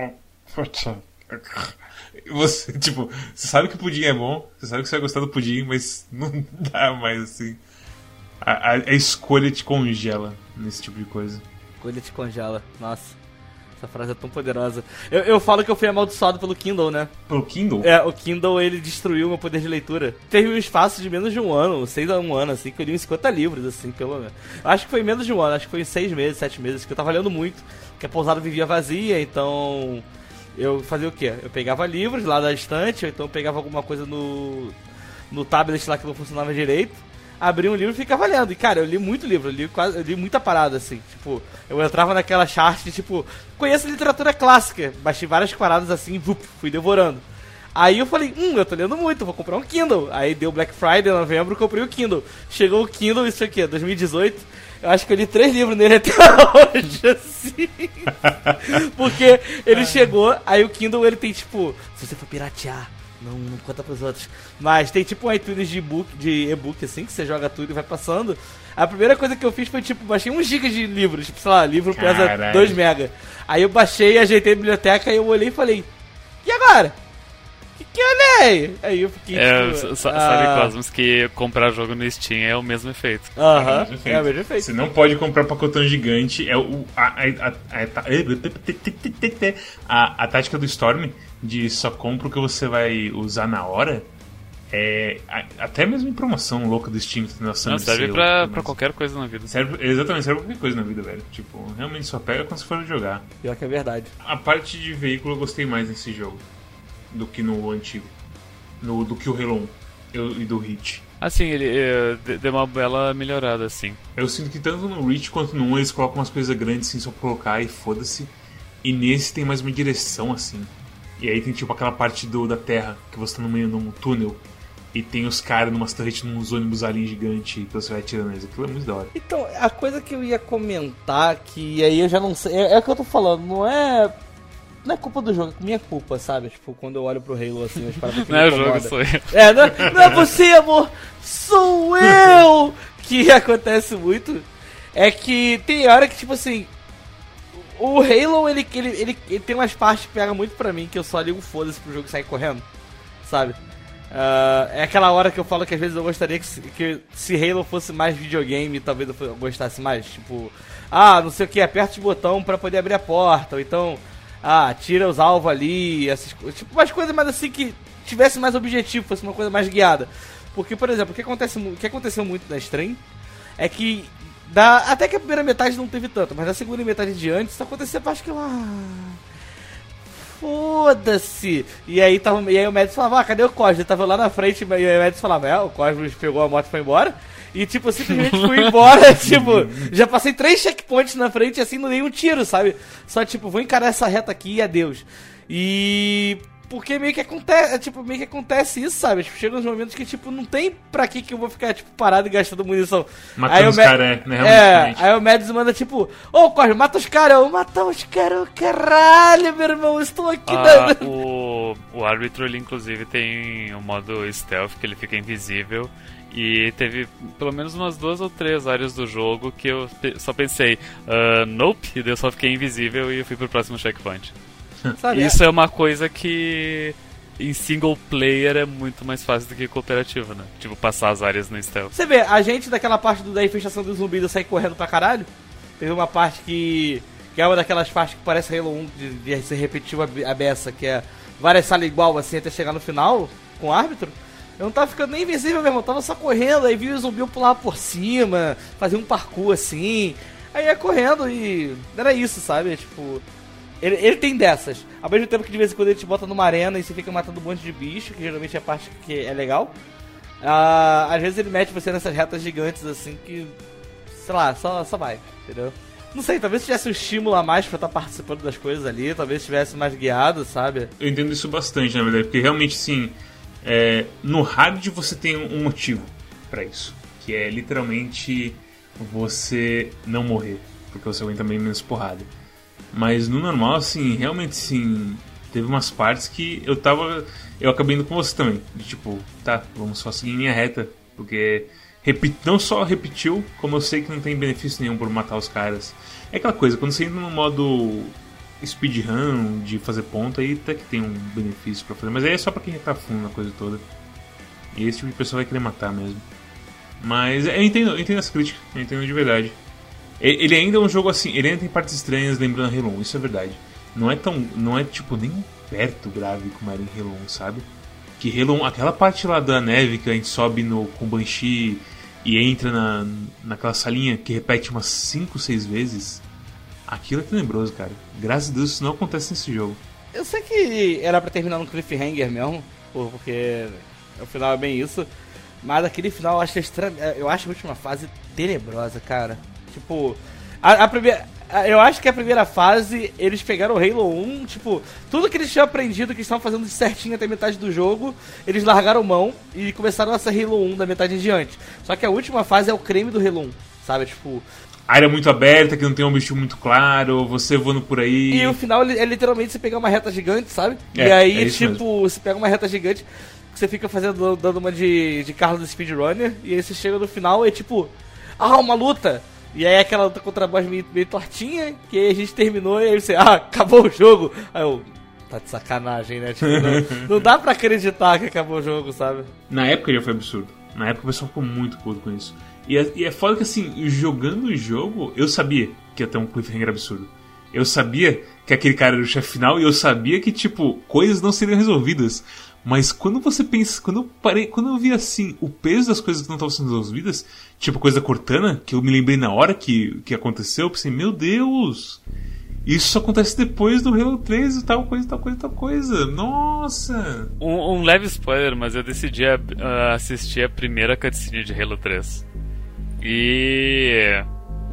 Você, tipo, você sabe que o pudim é bom, você sabe que você vai gostar do pudim, mas não dá mais assim. A, a, a escolha te congela nesse tipo de coisa. Escolha te congela, nossa. Essa frase é tão poderosa. Eu, eu falo que eu fui amaldiçoado pelo Kindle, né? Pelo Kindle? É, o Kindle, ele destruiu meu poder de leitura. Teve um espaço de menos de um ano, seis a um ano, assim, que eu li uns cinquenta livros, assim, pelo menos. Acho que foi menos de um ano, acho que foi em seis meses, sete meses, que eu tava lendo muito, que a pousada vivia vazia, então... Eu fazia o quê? Eu pegava livros lá da estante, ou então eu pegava alguma coisa no, no tablet lá que não funcionava direito, abria um livro e ficava lendo. E, cara, eu li muito livro, eu li, quase, eu li muita parada, assim. Tipo, eu entrava naquela chart de, tipo, conheço literatura clássica. Baixei várias paradas assim, vup, fui devorando. Aí eu falei, hum, eu tô lendo muito, vou comprar um Kindle. Aí deu Black Friday, em novembro, comprei o Kindle. Chegou o Kindle, isso aqui, dois mil e dezoito. Eu acho que eu li três livros nele até hoje, assim. Porque ele chegou, aí o Kindle, ele tem, tipo, se você for piratear, não, não conta pros outros. Mas tem, tipo, um iTunes de e-book, de e-book, assim, que você joga tudo e vai passando. A primeira coisa que eu fiz foi, tipo, baixei um giga de livros. Tipo, sei lá, livro pesa dois mega. Aí eu baixei, ajeitei a biblioteca, e eu olhei e falei, e agora? Que que eu olhei? Aí eu fiquei, é, tipo... Sabe, ah... Cosmos, que comprar jogo no Steam é o mesmo efeito. Aham, uh-huh. é o mesmo efeito. Você não pode comprar pacotão gigante. É o, a, a, a, a, a tática do Storm de só compra o que você vai usar na hora. É, até mesmo em promoção louca do Steam. Não, serve pra, pra qualquer coisa na vida. Serve, exatamente, serve pra qualquer coisa na vida, velho. Tipo, realmente só pega quando você for jogar. Pior que é verdade. A parte de veículo eu gostei mais nesse jogo do que no antigo, no, do que o Halo um eu, e do Reach. Assim, ele é, deu uma bela melhorada, assim. Eu sinto que tanto no Reach quanto no um eles colocam umas coisas grandes assim, só pra colocar e foda-se. E nesse tem mais uma direção, assim. E aí tem tipo aquela parte do, da terra, que você tá no meio de um túnel e tem os caras numas torretes, nos ônibus ali gigante, que você vai tirando eles. Aquilo é muito da hora. Então, a coisa que eu ia comentar, que aí eu já não sei, é, é o que eu tô falando, não é... Não é culpa do jogo, é minha culpa, sabe? Tipo, quando eu olho pro Halo assim, eu espero que não é o jogo, sou eu. É, não, não é você, amor! Sou eu! Que acontece muito é que tem hora que, tipo assim, o Halo, ele, ele, ele, ele tem umas partes que pegam muito pra mim, que eu só ligo foda-se pro jogo sair correndo, sabe? Uh, é aquela hora que eu falo que às vezes eu gostaria que, que se Halo fosse mais videogame, talvez eu gostasse mais. Tipo, ah, não sei o que, aperta o botão pra poder abrir a porta, ou então... Ah, tira os alvos ali, essas coisas. Tipo, umas coisas mais assim que tivesse mais objetivo, fosse uma coisa mais guiada. Porque, por exemplo, o que, acontece, o que aconteceu muito na stream é que, da, até que a primeira metade não teve tanto, mas na segunda metade de antes, isso acontecia a parte que eu. Ah, foda-se! E aí, tava, e aí o Mads falava, ah, cadê o Cosmos? Ele tava lá na frente, e o Mads falava, é, o Cosmos pegou a moto e foi embora. E, tipo, simplesmente fui embora, tipo, já passei três checkpoints na frente, assim, não dei um tiro, sabe? Só, tipo, vou encarar essa reta aqui e adeus. E... Porque meio que acontece, tipo, meio que acontece isso, sabe? Tipo, chega uns momentos que, tipo, não tem pra que que eu vou ficar, tipo, parado e gastando munição. Matando os caras, né? É, aí o Mads manda, tipo, ô, oh, Cosmo, mata os caras. Eu, matar os caras, caralho, meu irmão, eu estou aqui ah, na... o... o, o árbitro, ele inclusive tem o modo stealth, que ele fica invisível. E teve pelo menos umas duas ou três áreas do jogo que eu pe- só pensei, uh, nope, e daí eu só fiquei invisível e eu fui pro próximo checkpoint. Sabe, Isso é uma coisa que em single player é muito mais fácil do que cooperativo, né? Tipo, passar as áreas no stealth. Você vê, a gente daquela parte do, da infestação dos zumbis eu saí correndo pra caralho. Teve uma parte que. Que é uma daquelas partes que parece Halo um de, de ser repetitivo a beça, que é várias salas igual assim até chegar no final com o árbitro. Eu não tava ficando nem invisível mesmo, eu tava só correndo, aí vi o zumbi pular por cima, fazer um parkour assim. Aí ia correndo e. Era isso, sabe? Tipo. Ele, ele tem dessas. Ao mesmo tempo que de vez em quando ele te bota numa arena e você fica matando um monte de bicho, que geralmente é a parte que é legal. Ah, às vezes ele mete você nessas retas gigantes assim que. Sei lá, só, só vai, entendeu? Não sei, talvez tivesse um estímulo a mais pra estar participando das coisas ali, talvez tivesse mais guiado, sabe? Eu entendo isso bastante, na verdade, porque realmente, sim, é, no hard você tem um motivo pra isso, que é literalmente você não morrer, porque você aguenta bem menos porrada. Mas no normal, assim, realmente, sim, teve umas partes que eu tava, eu acabei indo com você também, de tipo, tá, vamos só seguir em linha reta, porque repet, não só repetiu, como eu sei que não tem benefício nenhum por matar os caras. É aquela coisa, quando você entra no modo speedrun, de fazer ponto, aí até que tem um benefício pra fazer, mas aí é só pra quem tá fundo na coisa toda. E esse tipo de pessoa vai querer matar mesmo. Mas eu entendo, eu entendo essa crítica, eu entendo de verdade. Ele ainda é um jogo assim, ele ainda tem partes estranhas lembrando Halo um, isso é verdade. Não é tão, não é tipo nem perto grave como era em Halo um, sabe? Que Halo um, aquela parte lá da neve que a gente sobe no, com o Banshee e entra na, naquela salinha que repete umas cinco, seis vezes, aquilo é tenebroso, cara. Graças a Deus isso não acontece nesse jogo. Eu sei que era pra terminar no cliffhanger mesmo, porque o final é bem isso, mas aquele final eu acho, extra... eu acho a última fase tenebrosa, cara. Tipo, a, a primeira... Eu acho que a primeira fase, eles pegaram o Halo um, tipo, tudo que eles tinham aprendido, que estavam fazendo certinho até metade do jogo, eles largaram mão e começaram a ser Halo um da metade em diante. Só que a última fase é o creme do Halo um, sabe? Tipo... área muito aberta, que não tem um objetivo muito claro, você voando por aí... E o final é literalmente você pegar uma reta gigante, sabe? É, e aí, é isso tipo, mesmo. você pega uma reta gigante, que você fica fazendo, dando uma de, de Carlos do Speedrunner, e aí você chega no final e é tipo... Ah, uma luta! E aí aquela luta contra a boss meio, meio tortinha, que aí a gente terminou e aí você, ah, acabou o jogo. Aí eu, tá de sacanagem, né? Tipo, não, não dá pra acreditar que acabou o jogo, sabe? Na época já foi absurdo. Na época o pessoal ficou muito puto com isso. E é, e é foda que assim, jogando o jogo, eu sabia que ia ter um cliffhanger absurdo. Eu sabia que aquele cara era o chefe final e eu sabia que, tipo, coisas não seriam resolvidas. Mas quando você pensa, quando eu parei, quando eu vi assim, o peso das coisas que não estavam sendo resolvidas, tipo a coisa da Cortana, que eu me lembrei na hora que, que aconteceu, eu pensei, meu Deus, isso só acontece depois do Halo três e tal coisa, tal coisa, tal coisa, nossa. Um, um leve spoiler, mas eu decidi a, a assistir a primeira cutscene de Halo três. E...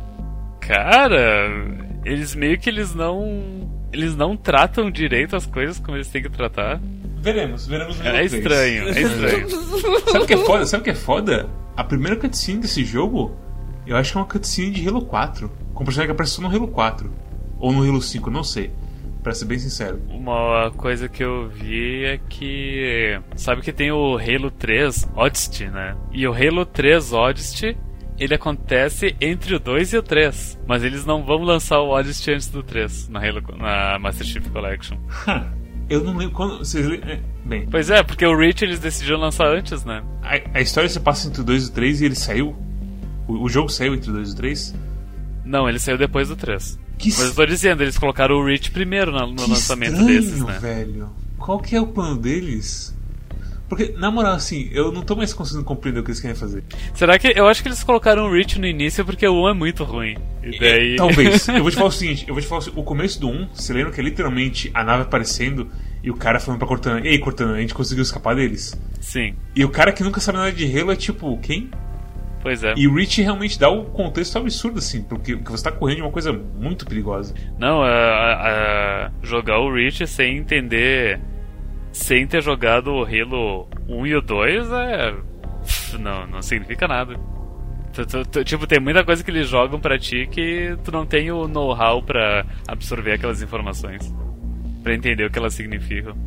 cara, eles meio que eles não... eles não tratam direito as coisas como eles têm que tratar. Veremos, veremos no É estranho, é estranho. Sabe o que é foda? Sabe o que é foda? A primeira cutscene desse jogo, eu acho que é uma cutscene de Halo quatro. Com um personagem que aparece só no Halo quatro. Ou no Halo cinco, não sei. Pra ser bem sincero. Uma coisa que eu vi é que... sabe que tem o Halo três Odyssey, né? E o Halo três Odyssey, ele acontece entre o dois e o três. Mas eles não vão lançar o Odyssey antes do três, na, Halo, na Master Chief Collection. Eu não lembro quando... Vocês lembram? Bem... Pois é, porque o Reach eles decidiram lançar antes, né? A, a história se passa entre o dois e o três e ele saiu... O, o jogo saiu entre o dois e o três? Não, ele saiu depois do três. Que Mas eu tô dizendo, eles colocaram o Reach primeiro no, no que lançamento estranho, desses, né? Velho. Qual que é o plano deles? Porque, na moral, assim, eu não tô mais conseguindo compreender o que eles querem fazer. Será que... eu acho que eles colocaram o Reach no início porque o um é muito ruim. E daí... É, talvez. Eu vou te falar o seguinte, eu vou te falar o, o começo do um, você lembra que é literalmente a nave aparecendo e o cara falando pra Cortana, ei Cortana, a gente conseguiu escapar deles? Sim. E o cara que nunca sabe nada de Halo é tipo, quem? Pois é. E o Reach realmente dá o contexto absurdo, assim, porque, porque você tá correndo de uma coisa muito perigosa. Não, a, a, jogar o Reach sem entender... sem ter jogado o Halo um e o dois é... não, não significa nada. Tu, tu, tu, tipo, tem muita coisa que eles jogam pra ti que tu não tem o know-how pra absorver aquelas informações, pra entender o que elas significam.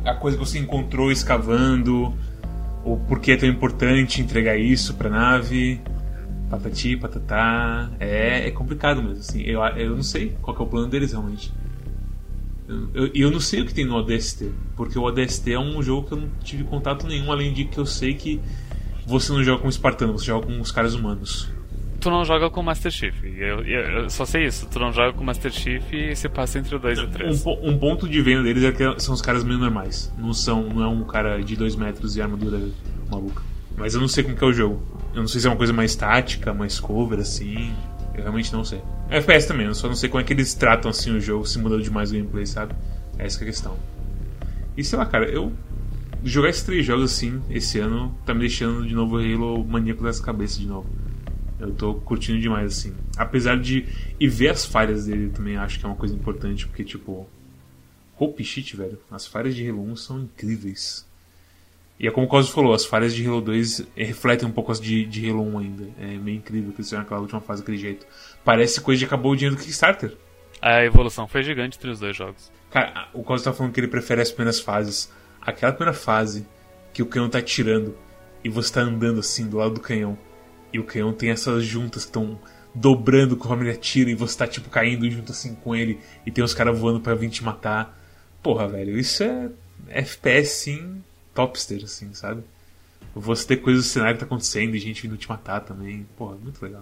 a coisa que você encontrou escavando, o porquê é tão importante entregar isso pra nave, patati, patatá. É, é complicado mesmo, assim. Eu, eu não sei qual que é o plano deles realmente. Eu, eu, eu não sei o que tem no O D S T, porque o O D S T é um jogo que eu não tive contato nenhum, além de que eu sei que você não joga com espartano, você joga com os caras humanos. Tu não joga com Master Chief. Eu, eu, eu só sei isso. Tu não joga com Master Chief e se passa entre o dois e o três. Um, um ponto de venda deles é que são os caras meio normais. Não são, não é um cara de dois metros e armadura maluca. Mas eu não sei como que é o jogo. Eu não sei se é uma coisa mais tática, mais cover, assim. Eu realmente não sei. É F P S também, eu só não sei como é que eles tratam assim o jogo, se mudou demais o gameplay, sabe? Essa que é a questão. E sei lá, cara, eu... jogar esses três jogos assim, esse ano, tá me deixando de novo Halo maníaco das cabeças de novo. Eu tô curtindo demais, assim. Apesar de... E ver as falhas dele também acho que é uma coisa importante, porque, tipo... Holy shit, velho. As falhas de Halo um são incríveis. E é como o Cosmo falou, as falhas de Halo dois refletem um pouco as de, de Halo um ainda. É meio incrível que eles fizeram aquela última fase daquele jeito. Parece coisa de acabou o dinheiro do Kickstarter. A evolução foi gigante entre os dois jogos. Cara, o Cosmo tá falando que ele prefere as primeiras fases. Aquela primeira fase que o canhão tá atirando e você tá andando assim do lado do canhão. E o canhão tem essas juntas que estão dobrando conforme ele atira e você tá tipo caindo junto assim com ele e tem os caras voando pra vir te matar. Porra, velho, isso é F P S sim, topster, assim, sabe? Você ter coisas do cenário que tá acontecendo e gente vindo te matar também. Porra, muito legal.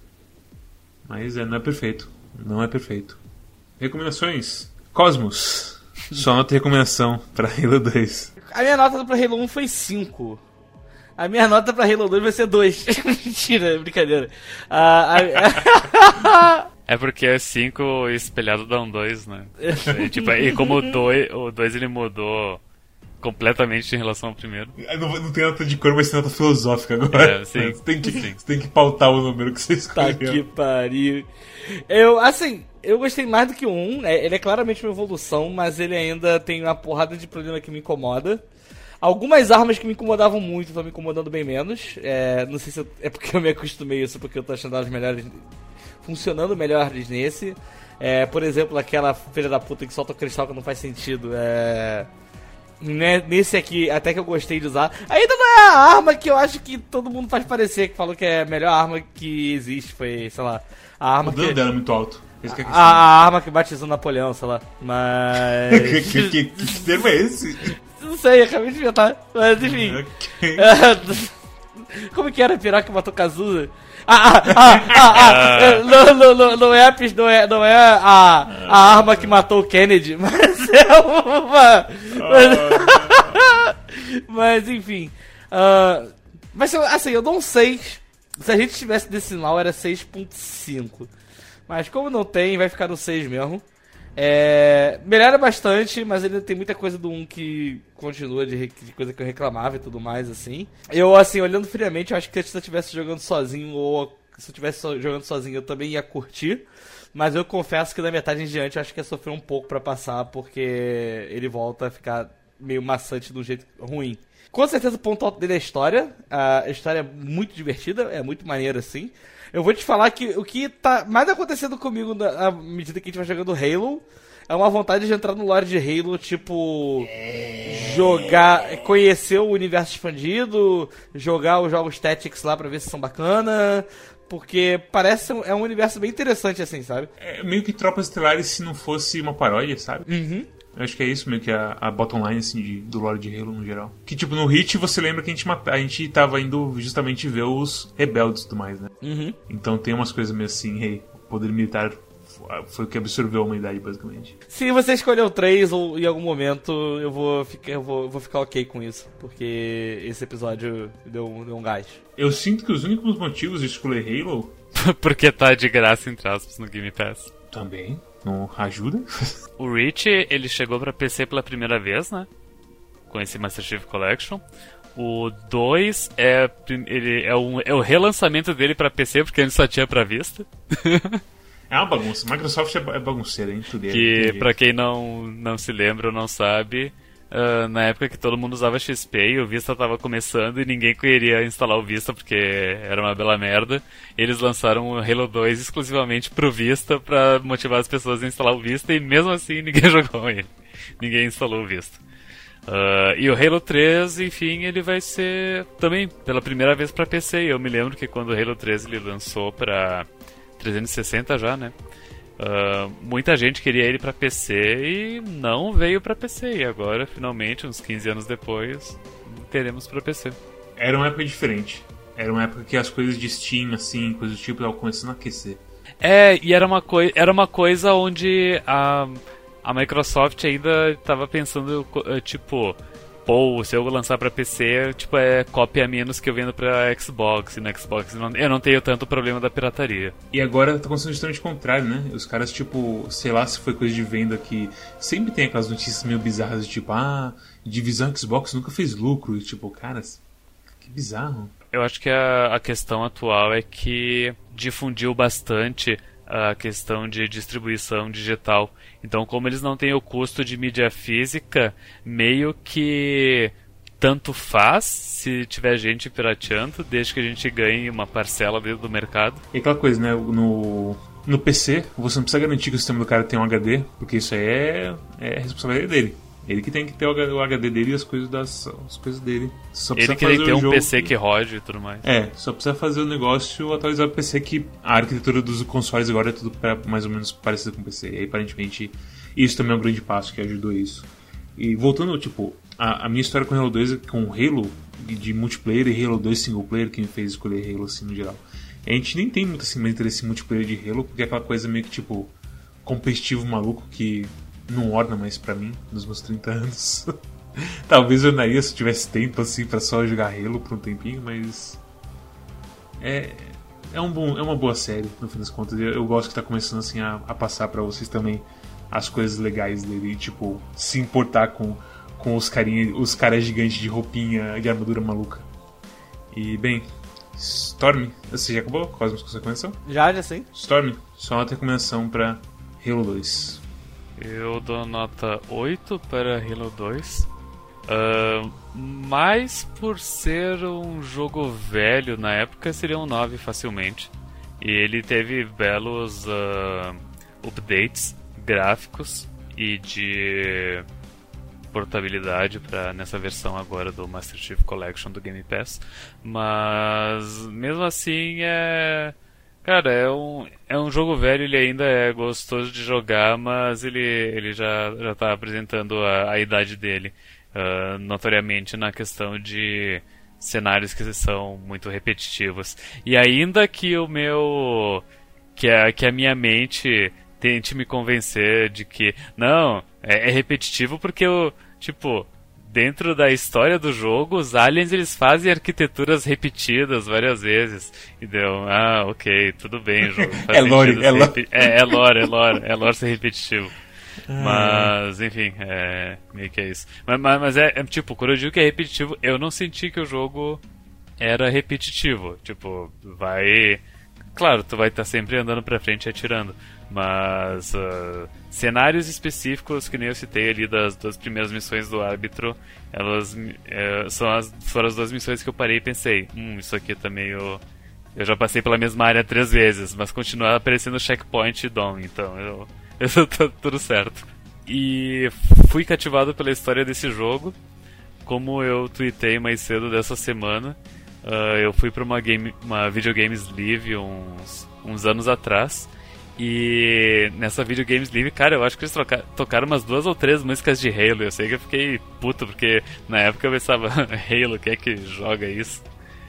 Mas é, não é perfeito. Não é perfeito. Recomendações? Cosmos. Só nota de recomendação pra Halo dois. A minha nota pra Halo um foi cinco. A minha nota pra Halo dois vai ser dois. Mentira, brincadeira. Ah, a... É porque é cinco espelhado dá um dois, né? E, tipo, e como o dois, o dois ele mudou completamente em relação ao primeiro. Não, não tem nota de cor, mas tem nota filosófica agora. É, sim, você, tem que, sim. você tem que pautar o número que você escolheu. Tá que pariu. Eu, assim, eu gostei mais do que o um. Ele é claramente uma evolução, mas ele ainda tem uma porrada de problema que me incomoda. Algumas armas que me incomodavam muito estão me incomodando bem menos. É, não sei se eu, é porque eu me acostumei a isso, porque eu tô achando elas melhores, funcionando melhores nesse. É, por exemplo, aquela filha da puta que solta o cristal que não faz sentido. É, nesse aqui, até que eu gostei de usar. Ainda não é a arma que eu acho que todo mundo faz parecer, que falou que é a melhor arma que existe. Foi, sei lá, a arma o dano que... dela é muito alto. A, a, a arma que batizou Napoleão, sei lá. Mas... que, que, que, que termo é esse? Não sei, acabei de inventar. Mas enfim. Okay. Como que era a piroca que matou Cazuza? Ah, ah, ah, ah, ah. Não, não, não, não é, a, não é, não é a, a arma que matou o Kennedy, mas é uma... Mas, mas enfim. Uh, mas assim, eu dou um seis. Se a gente tivesse decimal era seis ponto cinco. Mas como não tem, vai ficar no seis mesmo. É, melhora bastante, mas ainda tem muita coisa do um que continua de, de coisa que eu reclamava e tudo mais, assim. Eu, assim, olhando friamente, eu acho que se eu estivesse jogando sozinho ou se eu estivesse so, jogando sozinho eu também ia curtir. Mas eu confesso que da metade em diante eu acho que ia sofrer um pouco pra passar, porque ele volta a ficar meio maçante de um jeito ruim. Com certeza o ponto alto dele é a história. A história é muito divertida, é muito maneira, assim. Eu vou te falar que o que tá mais acontecendo comigo na, à medida que a gente vai jogando Halo é uma vontade de entrar no lore de Halo, tipo... Jogar... Conhecer o universo expandido, jogar os jogos Tactics lá pra ver se são bacana... Porque parece um, é um universo bem interessante, assim, sabe? É meio que Tropas Estelares se não fosse uma paródia, sabe? Uhum. Eu acho que é isso meio que a, a bottom line, assim, de, do lore de Halo no geral. Que, tipo, no Hit você lembra que a gente, mata, a gente tava indo justamente ver os rebeldes e tudo mais, né? Uhum. Então tem umas coisas meio assim, hey, o poder militar foi o que absorveu a humanidade, basicamente. Se você escolher o três, ou em algum momento, eu vou ficar, eu vou, eu vou ficar ok com isso. Porque esse episódio deu, deu um gás. Eu sinto que os únicos motivos de escolher Halo... porque tá de graça, entre aspas, no Game Pass. Também. Não ajuda? O Reach, ele chegou pra P C pela primeira vez, né? Com esse Master Chief Collection. O dois é, ele é, um, é o relançamento dele pra P C, porque ele só tinha pra vista. É uma bagunça. Microsoft é bagunceira, hein? Tudo é, que, pra quem não, não se lembra ou não sabe, uh, na época que todo mundo usava X P e o Vista tava começando e ninguém queria instalar o Vista porque era uma bela merda, eles lançaram o Halo dois exclusivamente pro Vista pra motivar as pessoas a instalar o Vista e mesmo assim ninguém jogou ele. Ninguém instalou o Vista. Uh, e o Halo três, enfim, ele vai ser também pela primeira vez pra P C. Eu me lembro que quando o Halo três ele lançou pra trezentos e sessenta já, né? Uh, muita gente queria ele pra P C e não veio pra P C. E agora, finalmente, uns quinze anos depois, teremos pra P C. Era uma época diferente. Era uma época que as coisas de Steam, assim, coisas do tipo, estavam começando a aquecer. É, e era uma, coi- era uma coisa onde a, a Microsoft ainda estava pensando, tipo, pô, se eu lançar pra P C, tipo, é cópia a menos que eu vendo pra Xbox. E no Xbox não, eu não tenho tanto problema da pirataria. E agora tá acontecendo justamente o contrário, né? Os caras, tipo, sei lá se foi coisa de venda que sempre tem aquelas notícias meio bizarras, tipo, ah, divisão Xbox nunca fez lucro. E tipo, cara, que bizarro. Eu acho que a, a questão atual é que difundiu bastante a questão de distribuição digital. Então, como eles não têm o custo de mídia física, meio que tanto faz se tiver gente pirateando, desde que a gente ganhe uma parcela dentro do mercado. E aquela coisa, né? No, no P C, você não precisa garantir que o sistema do cara tem um H D, porque isso aí é, é a responsabilidade dele. Ele que tem que ter o H D dele e as coisas, das, as coisas dele. Só Ele que tem que ter um P C que rode e tudo mais. É, só precisa fazer o negócio atualizar o P C, que a arquitetura dos consoles agora é tudo pra, mais ou menos parecida com o P C. E aparentemente isso também é um grande passo que ajudou isso. E voltando, tipo, a, a minha história com Halo dois, com o Halo de multiplayer e Halo dois single player, que me fez escolher Halo assim no geral. A gente nem tem muito assim, mais interesse em multiplayer de Halo, porque é aquela coisa meio que tipo competitivo maluco que não orna mais pra mim nos meus trinta anos. Talvez eu naria se eu tivesse tempo assim pra só jogar Halo por um tempinho, mas é, é, um bom, é uma boa série no fim das contas. Eu, eu gosto que tá começando assim a, a passar pra vocês também as coisas legais dele, tipo, se importar com, com os carinha, os caras gigantes de roupinha, de armadura maluca. E bem, Storm, você já acabou? Cosmos com recomendação? Já, já sim. Storm, só uma recomendação pra Halo dois. Eu dou nota oito para Halo dois. Uh, mas por ser um jogo velho na época, seria um nove facilmente. E ele teve belos uh, updates gráficos e de portabilidade pra, nessa versão agora do Master Chief Collection do Game Pass. Mas mesmo assim é... Cara, é um, é um jogo velho, ele ainda é gostoso de jogar, mas ele, ele já, já tá apresentando a, a idade dele, uh, notoriamente na questão de cenários que são muito repetitivos. E ainda que o meu... que a, que a minha mente tente me convencer de que, não, é, é repetitivo porque eu, tipo... Dentro da história do jogo, os aliens eles fazem arquiteturas repetidas várias vezes. E deu, ah, ok, tudo bem, jogo. Faz é lore, é lore. É, é lore, é lore, é lore ser repetitivo. Ah. Mas, enfim, é, meio que é isso. Mas, mas, mas é, é, tipo, quando eu digo que é repetitivo, eu não senti que o jogo era repetitivo. Tipo, vai... Claro, tu vai estar sempre andando pra frente e atirando. Mas uh, cenários específicos que nem eu citei ali das duas primeiras missões do árbitro, elas uh, são as, foram as duas missões que eu parei e pensei, hum, isso aqui tá meio... Eu já passei pela mesma área três vezes, mas continua aparecendo checkpoint e dom, então eu, eu tô tudo certo. E fui cativado pela história desse jogo, como eu tuitei mais cedo dessa semana. Uh, eu fui pra uma, game, uma Videogames Live uns, uns anos atrás. E nessa Videogames Live, cara, eu acho que eles troca- tocaram umas duas ou três músicas de Halo. Eu sei que eu fiquei puto, porque na época eu pensava, Halo, quem é que joga isso?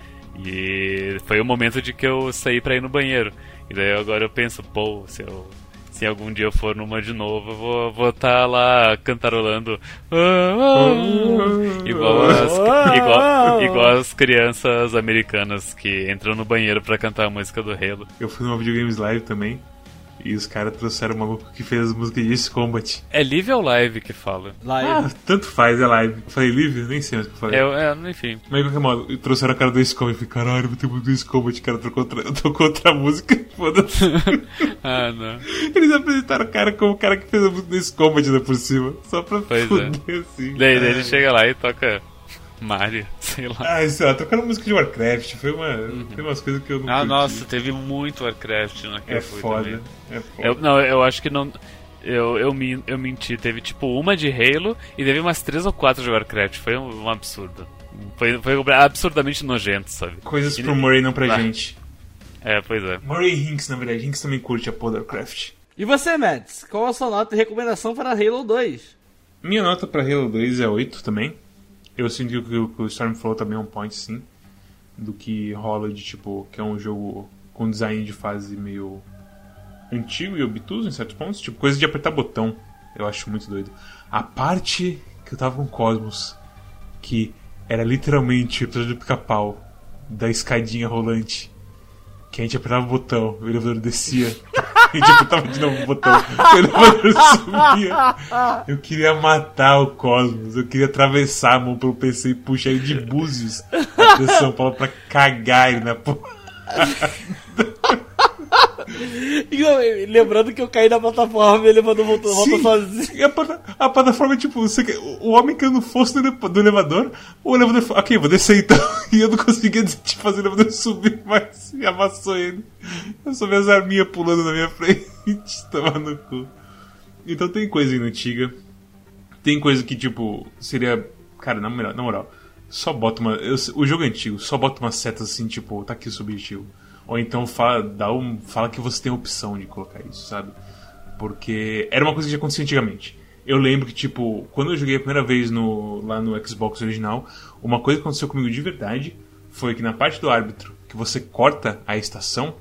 E foi o momento de que eu saí pra ir no banheiro. E daí agora eu penso, pô, se, eu, se algum dia eu for numa de novo, eu vou vou tá lá cantarolando ah, ah, igual, as, igual, igual as crianças americanas que entram no banheiro pra cantar a música do Halo. Eu fui numa Videogames Live também. E os caras trouxeram o maluco que fez as músicas de Ace Combat. É live ou live que fala? Live. Ah, tanto faz, é live. Eu falei live? Nem sei mais o que eu falei. É, é, enfim. Mas de qualquer modo, trouxeram a cara do Ace Combat. Eu falei, caralho, tem muito do Ace Combat. O cara trocou outra, tocou outra música. Foda-se. Ah, não. Eles apresentaram o cara como o cara que fez a música do Ace Combat ainda por cima. Só pra pois foder, é. assim. Daí, daí ele chega lá e toca Mario, sei lá. Ah, sei lá, tocaram música de Warcraft. Foi, uma, uhum. foi umas coisas que eu não Ah, curti. Nossa, teve muito Warcraft naquele É foda, também. é foda. Eu, não, eu acho que não... Eu, eu, min- eu menti, teve tipo uma de Halo e teve umas três ou quatro de Warcraft. Foi um, um absurdo. Foi, foi absurdamente nojento, sabe? Coisas E- pro Murray, não pra Ah. gente. É, pois é. Murray e Hinks, na verdade. Hinks também curte a porra da Warcraft. E você, Mads? Qual a sua nota e recomendação para Halo dois? Minha nota pra Halo dois é oito também. Eu sinto que o que o Storm falou também é um point, sim. Do que rola de, tipo, que é um jogo com design de fase meio antigo e obtuso em certos pontos. Tipo, coisa de apertar botão. Eu acho muito doido. A parte que eu tava com o Cosmos, que era literalmente o episódio do Pica-Pau, da escadinha rolante. Que a gente apertava o botão, o elevador descia. A gente apertava de novo o botão, o elevador subia. Eu queria matar o Cosmos. Eu queria atravessar a mão pelo P C e puxar ele de búzios até São Paulo pra cagar ele na porra. E eu- lembrando que eu caí na plataforma e ele mandou voltar, volta Sim. sozinho. E a, plata- a plataforma, tipo, você, quer- o homem caiu no fosso do, ele- do elevador, o elevador falou, ok, vou descer então. E eu não conseguia tipo, fazer o elevador subir mais e amassou ele. Eu só vi as arminhas pulando na minha frente, tava no cu. Então tem coisa ainda antiga. Tem coisa que, tipo, seria. Cara, na moral, na moral só bota uma. Eu, o jogo é antigo, só bota umas setas assim, tipo, tá aqui o seu objetivo. Ou então fala, dá um, fala que você tem a opção de colocar isso, sabe? Porque era uma coisa que já acontecia antigamente. Eu lembro que, tipo, quando eu joguei a primeira vez no, lá no Xbox original, uma coisa que aconteceu comigo de verdade foi que na parte do árbitro, que você corta a estação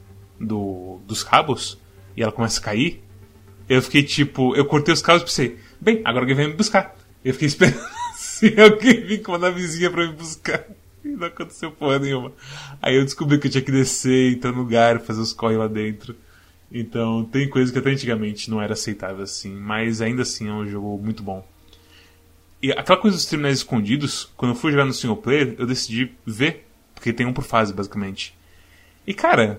do, dos cabos e ela começa a cair, eu fiquei tipo, eu cortei os cabos e pensei, bem, agora alguém vai me buscar. Eu fiquei esperando se alguém vir com uma vizinha pra me buscar. E não aconteceu porra nenhuma. Aí eu descobri que eu tinha que descer, entrar no lugar, fazer os corre lá dentro. Então tem coisa que até antigamente não era aceitável assim, mas ainda assim é um jogo muito bom. E aquela coisa dos terminais escondidos, quando eu fui jogar no single player, eu decidi ver, porque tem um por fase basicamente. E cara,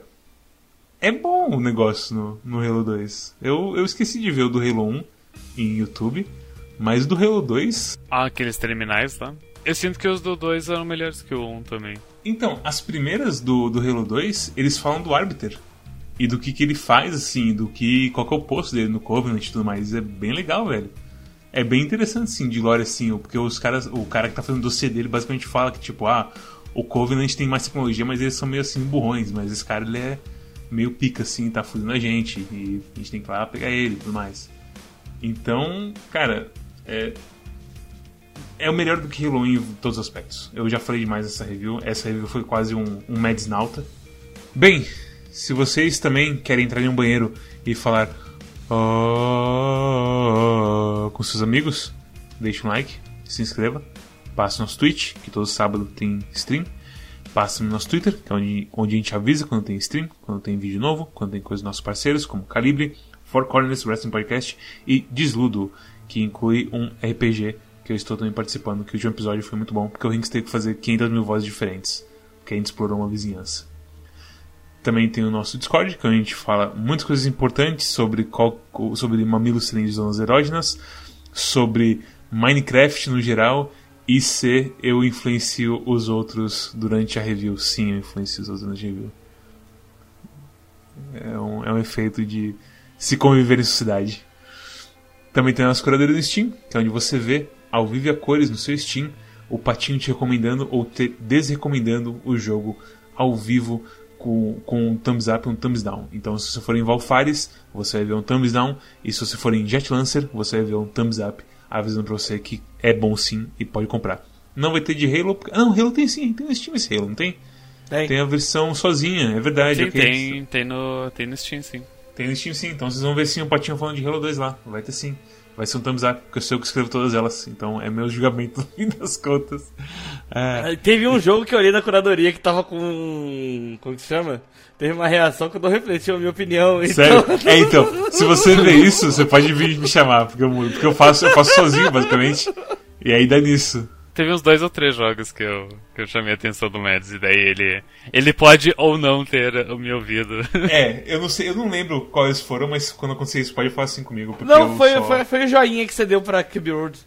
é bom o negócio no, no Halo dois. Eu, eu esqueci de ver o do Halo um em YouTube, mas o do Halo dois... Ah, aqueles terminais, tá? Eu sinto que os do dois eram melhores que o um também. Então, as primeiras do, do Halo dois, eles falam do Arbiter. E do que, que ele faz, assim, do que. Qual que é o posto dele no Covenant e tudo mais. É bem legal, velho. É bem interessante, assim, de lore, assim, porque os caras. O cara que tá fazendo o dossiê dele basicamente fala que, tipo, ah, o Covenant tem mais tecnologia, mas eles são meio assim burrões, mas esse cara ele é meio pica, assim, tá fudendo a gente. E a gente tem que ir lá pegar ele e tudo mais. Então, cara, é. É o melhor do que Halo um em todos os aspectos. Eu já falei demais nessa review. Essa review foi quase um, um Mads Nauta. Bem, se vocês também querem entrar em um banheiro e falar oh, com seus amigos, deixe um like, se inscreva, passe no nosso Twitch, que todo sábado tem stream. Passe no nosso Twitter, que é onde, onde a gente avisa quando tem stream, quando tem vídeo novo, quando tem coisas dos nossos parceiros, como Calibre, Four Corners Wrestling Podcast e Desludo, que inclui um R P G que eu estou também participando, que o último episódio foi muito bom, porque o Rinks teve que fazer quinhentas mil vozes diferentes, porque a gente explorou uma vizinhança. Também tem o nosso Discord, que a gente fala muitas coisas importantes sobre, qual, sobre mamilos serem de zonas erógenas, sobre Minecraft no geral, e se eu influencio os outros durante a review. Sim, eu influencio os outros durante a review. É um, é um efeito de se conviver em sociedade. Também tem a nossa curadoria no Steam, que é onde você vê ao vivo e a cores no seu Steam o Patinho te recomendando ou te desrecomendando o jogo ao vivo com, com um thumbs up e um thumbs down. Então, se você for em Valfares, você vai ver um thumbs down, e se você for em Jet Lancer, você vai ver um thumbs up, avisando pra você que é bom sim e pode comprar. Não vai ter de Halo, porque... não, Halo tem sim, tem no Steam esse Halo, não tem? Tem. Tem a versão sozinha, é verdade. Sim, okay. tem, tem, no, tem no Steam, sim. Tem no Steam sim, então vocês vão ver sim o Patinho falando de Halo dois lá, vai ter sim. Vai ser um thumbs up, porque eu sou eu que escrevo todas elas. Então é meu julgamento no fim das contas. É. Teve um jogo que eu olhei na curadoria que tava com... como que se chama? Teve uma reação que eu não refleti a minha opinião. Então... Sério? É, então, se você vê isso, você pode vir me chamar, porque eu mudo. Porque eu faço, eu faço sozinho, basicamente. E aí dá nisso. Teve uns dois ou três jogos que eu, que eu chamei a atenção do Mads, e daí ele, ele pode ou não ter me ouvido. É, eu não sei, eu não lembro quais foram, mas quando acontecer isso, pode falar assim comigo. Porque Não, eu foi, só... foi, foi o joinha que você deu pra Cube World.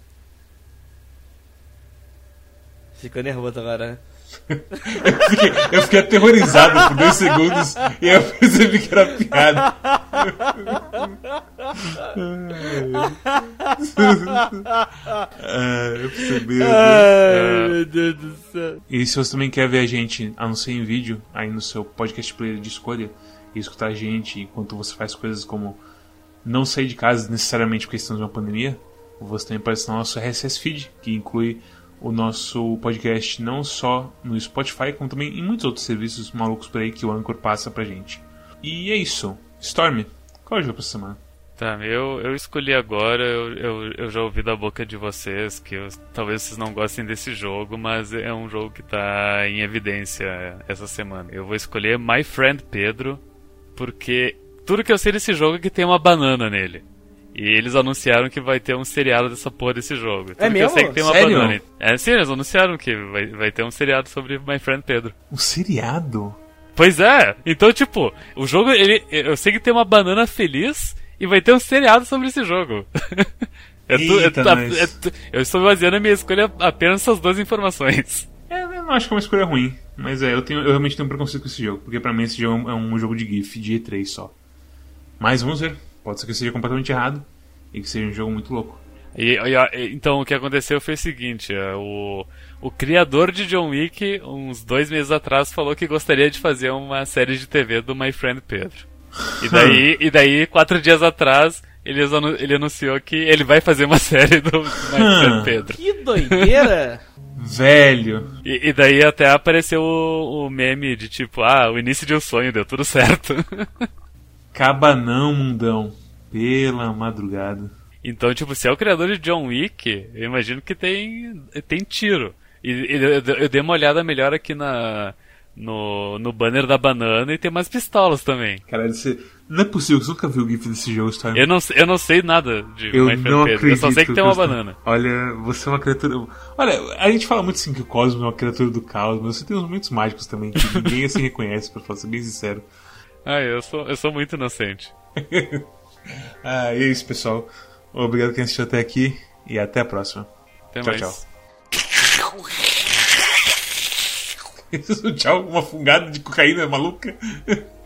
Ficou nervoso agora, né? eu, fiquei, eu fiquei aterrorizado por dois segundos e eu percebi que era piada. ah, eu percebi. Ai, meu Deus do céu. E se você também quer ver a gente, a não ser em vídeo, aí no seu podcast player de escolha, e escutar a gente enquanto você faz coisas como não sair de casa necessariamente porque estamos numa pandemia, você também pode assinar o nosso R S S Feed, que inclui o nosso podcast não só no Spotify, como também em muitos outros serviços malucos por aí que o Anchor passa pra gente. E é isso. Storm, qual é o jogo pra semana? Tá, eu, eu escolhi agora, eu, eu, eu já ouvi da boca de vocês que eu, talvez vocês não gostem desse jogo, mas é um jogo que tá em evidência essa semana. Eu vou escolher My Friend Pedro, porque tudo que eu sei desse jogo é que tem uma banana nele. E eles anunciaram que vai ter um seriado dessa porra desse jogo. Tudo É que mesmo? eu sei que tem uma Sério? banana. É, sim, eles anunciaram que vai, vai ter um seriado sobre My Friend Pedro. Um seriado? Pois é! Então, tipo, o jogo, ele, eu sei que tem uma banana feliz e vai ter um seriado sobre esse jogo. é tu, é, Eita, tu, mas... é tu, eu estou baseando a minha escolha apenas nessas duas informações. É, eu não acho que é uma escolha ruim. Mas é, eu, tenho, eu realmente tenho um preconceito com esse jogo. Porque pra mim esse jogo é um jogo de GIF, de E três só. Mas vamos ver. Pode ser que eu seja completamente errado. E que seja um jogo muito louco. E, e, então, o que aconteceu foi o seguinte. O, o criador de John Wick, uns dois meses atrás, falou que gostaria de fazer uma série de T V do My Friend Pedro. E daí, e daí quatro dias atrás, ele, ele anunciou que ele vai fazer uma série do My Friend Pedro. Que doideira! Velho. E, e daí até apareceu o, o meme de tipo, ah, o início de um sonho, deu tudo certo. Cabanão, mundão. Pela madrugada. Então, tipo, se é o criador de John Wick, eu imagino que tem, tem tiro. E, e eu, eu dei uma olhada melhor aqui na, no, no banner da banana e tem umas pistolas também. Caralho, você... não é possível, você nunca viu o GIF desse jogo, Storm? Eu não, eu não sei nada de Eu My Friend não Pedro, acredito. eu só sei que tem uma Storm. banana. Olha, você é uma criatura... Olha, a gente fala muito assim que o Cosmos é uma criatura do caos, mas você tem uns momentos mágicos também que ninguém assim reconhece, pra falar, ser bem sincero. Ah, eu sou, eu sou muito inocente. Ah, e é isso, pessoal. Obrigado quem assistiu até aqui e até a próxima. Até tchau, mais. tchau. Tchau, uma fungada de cocaína maluca.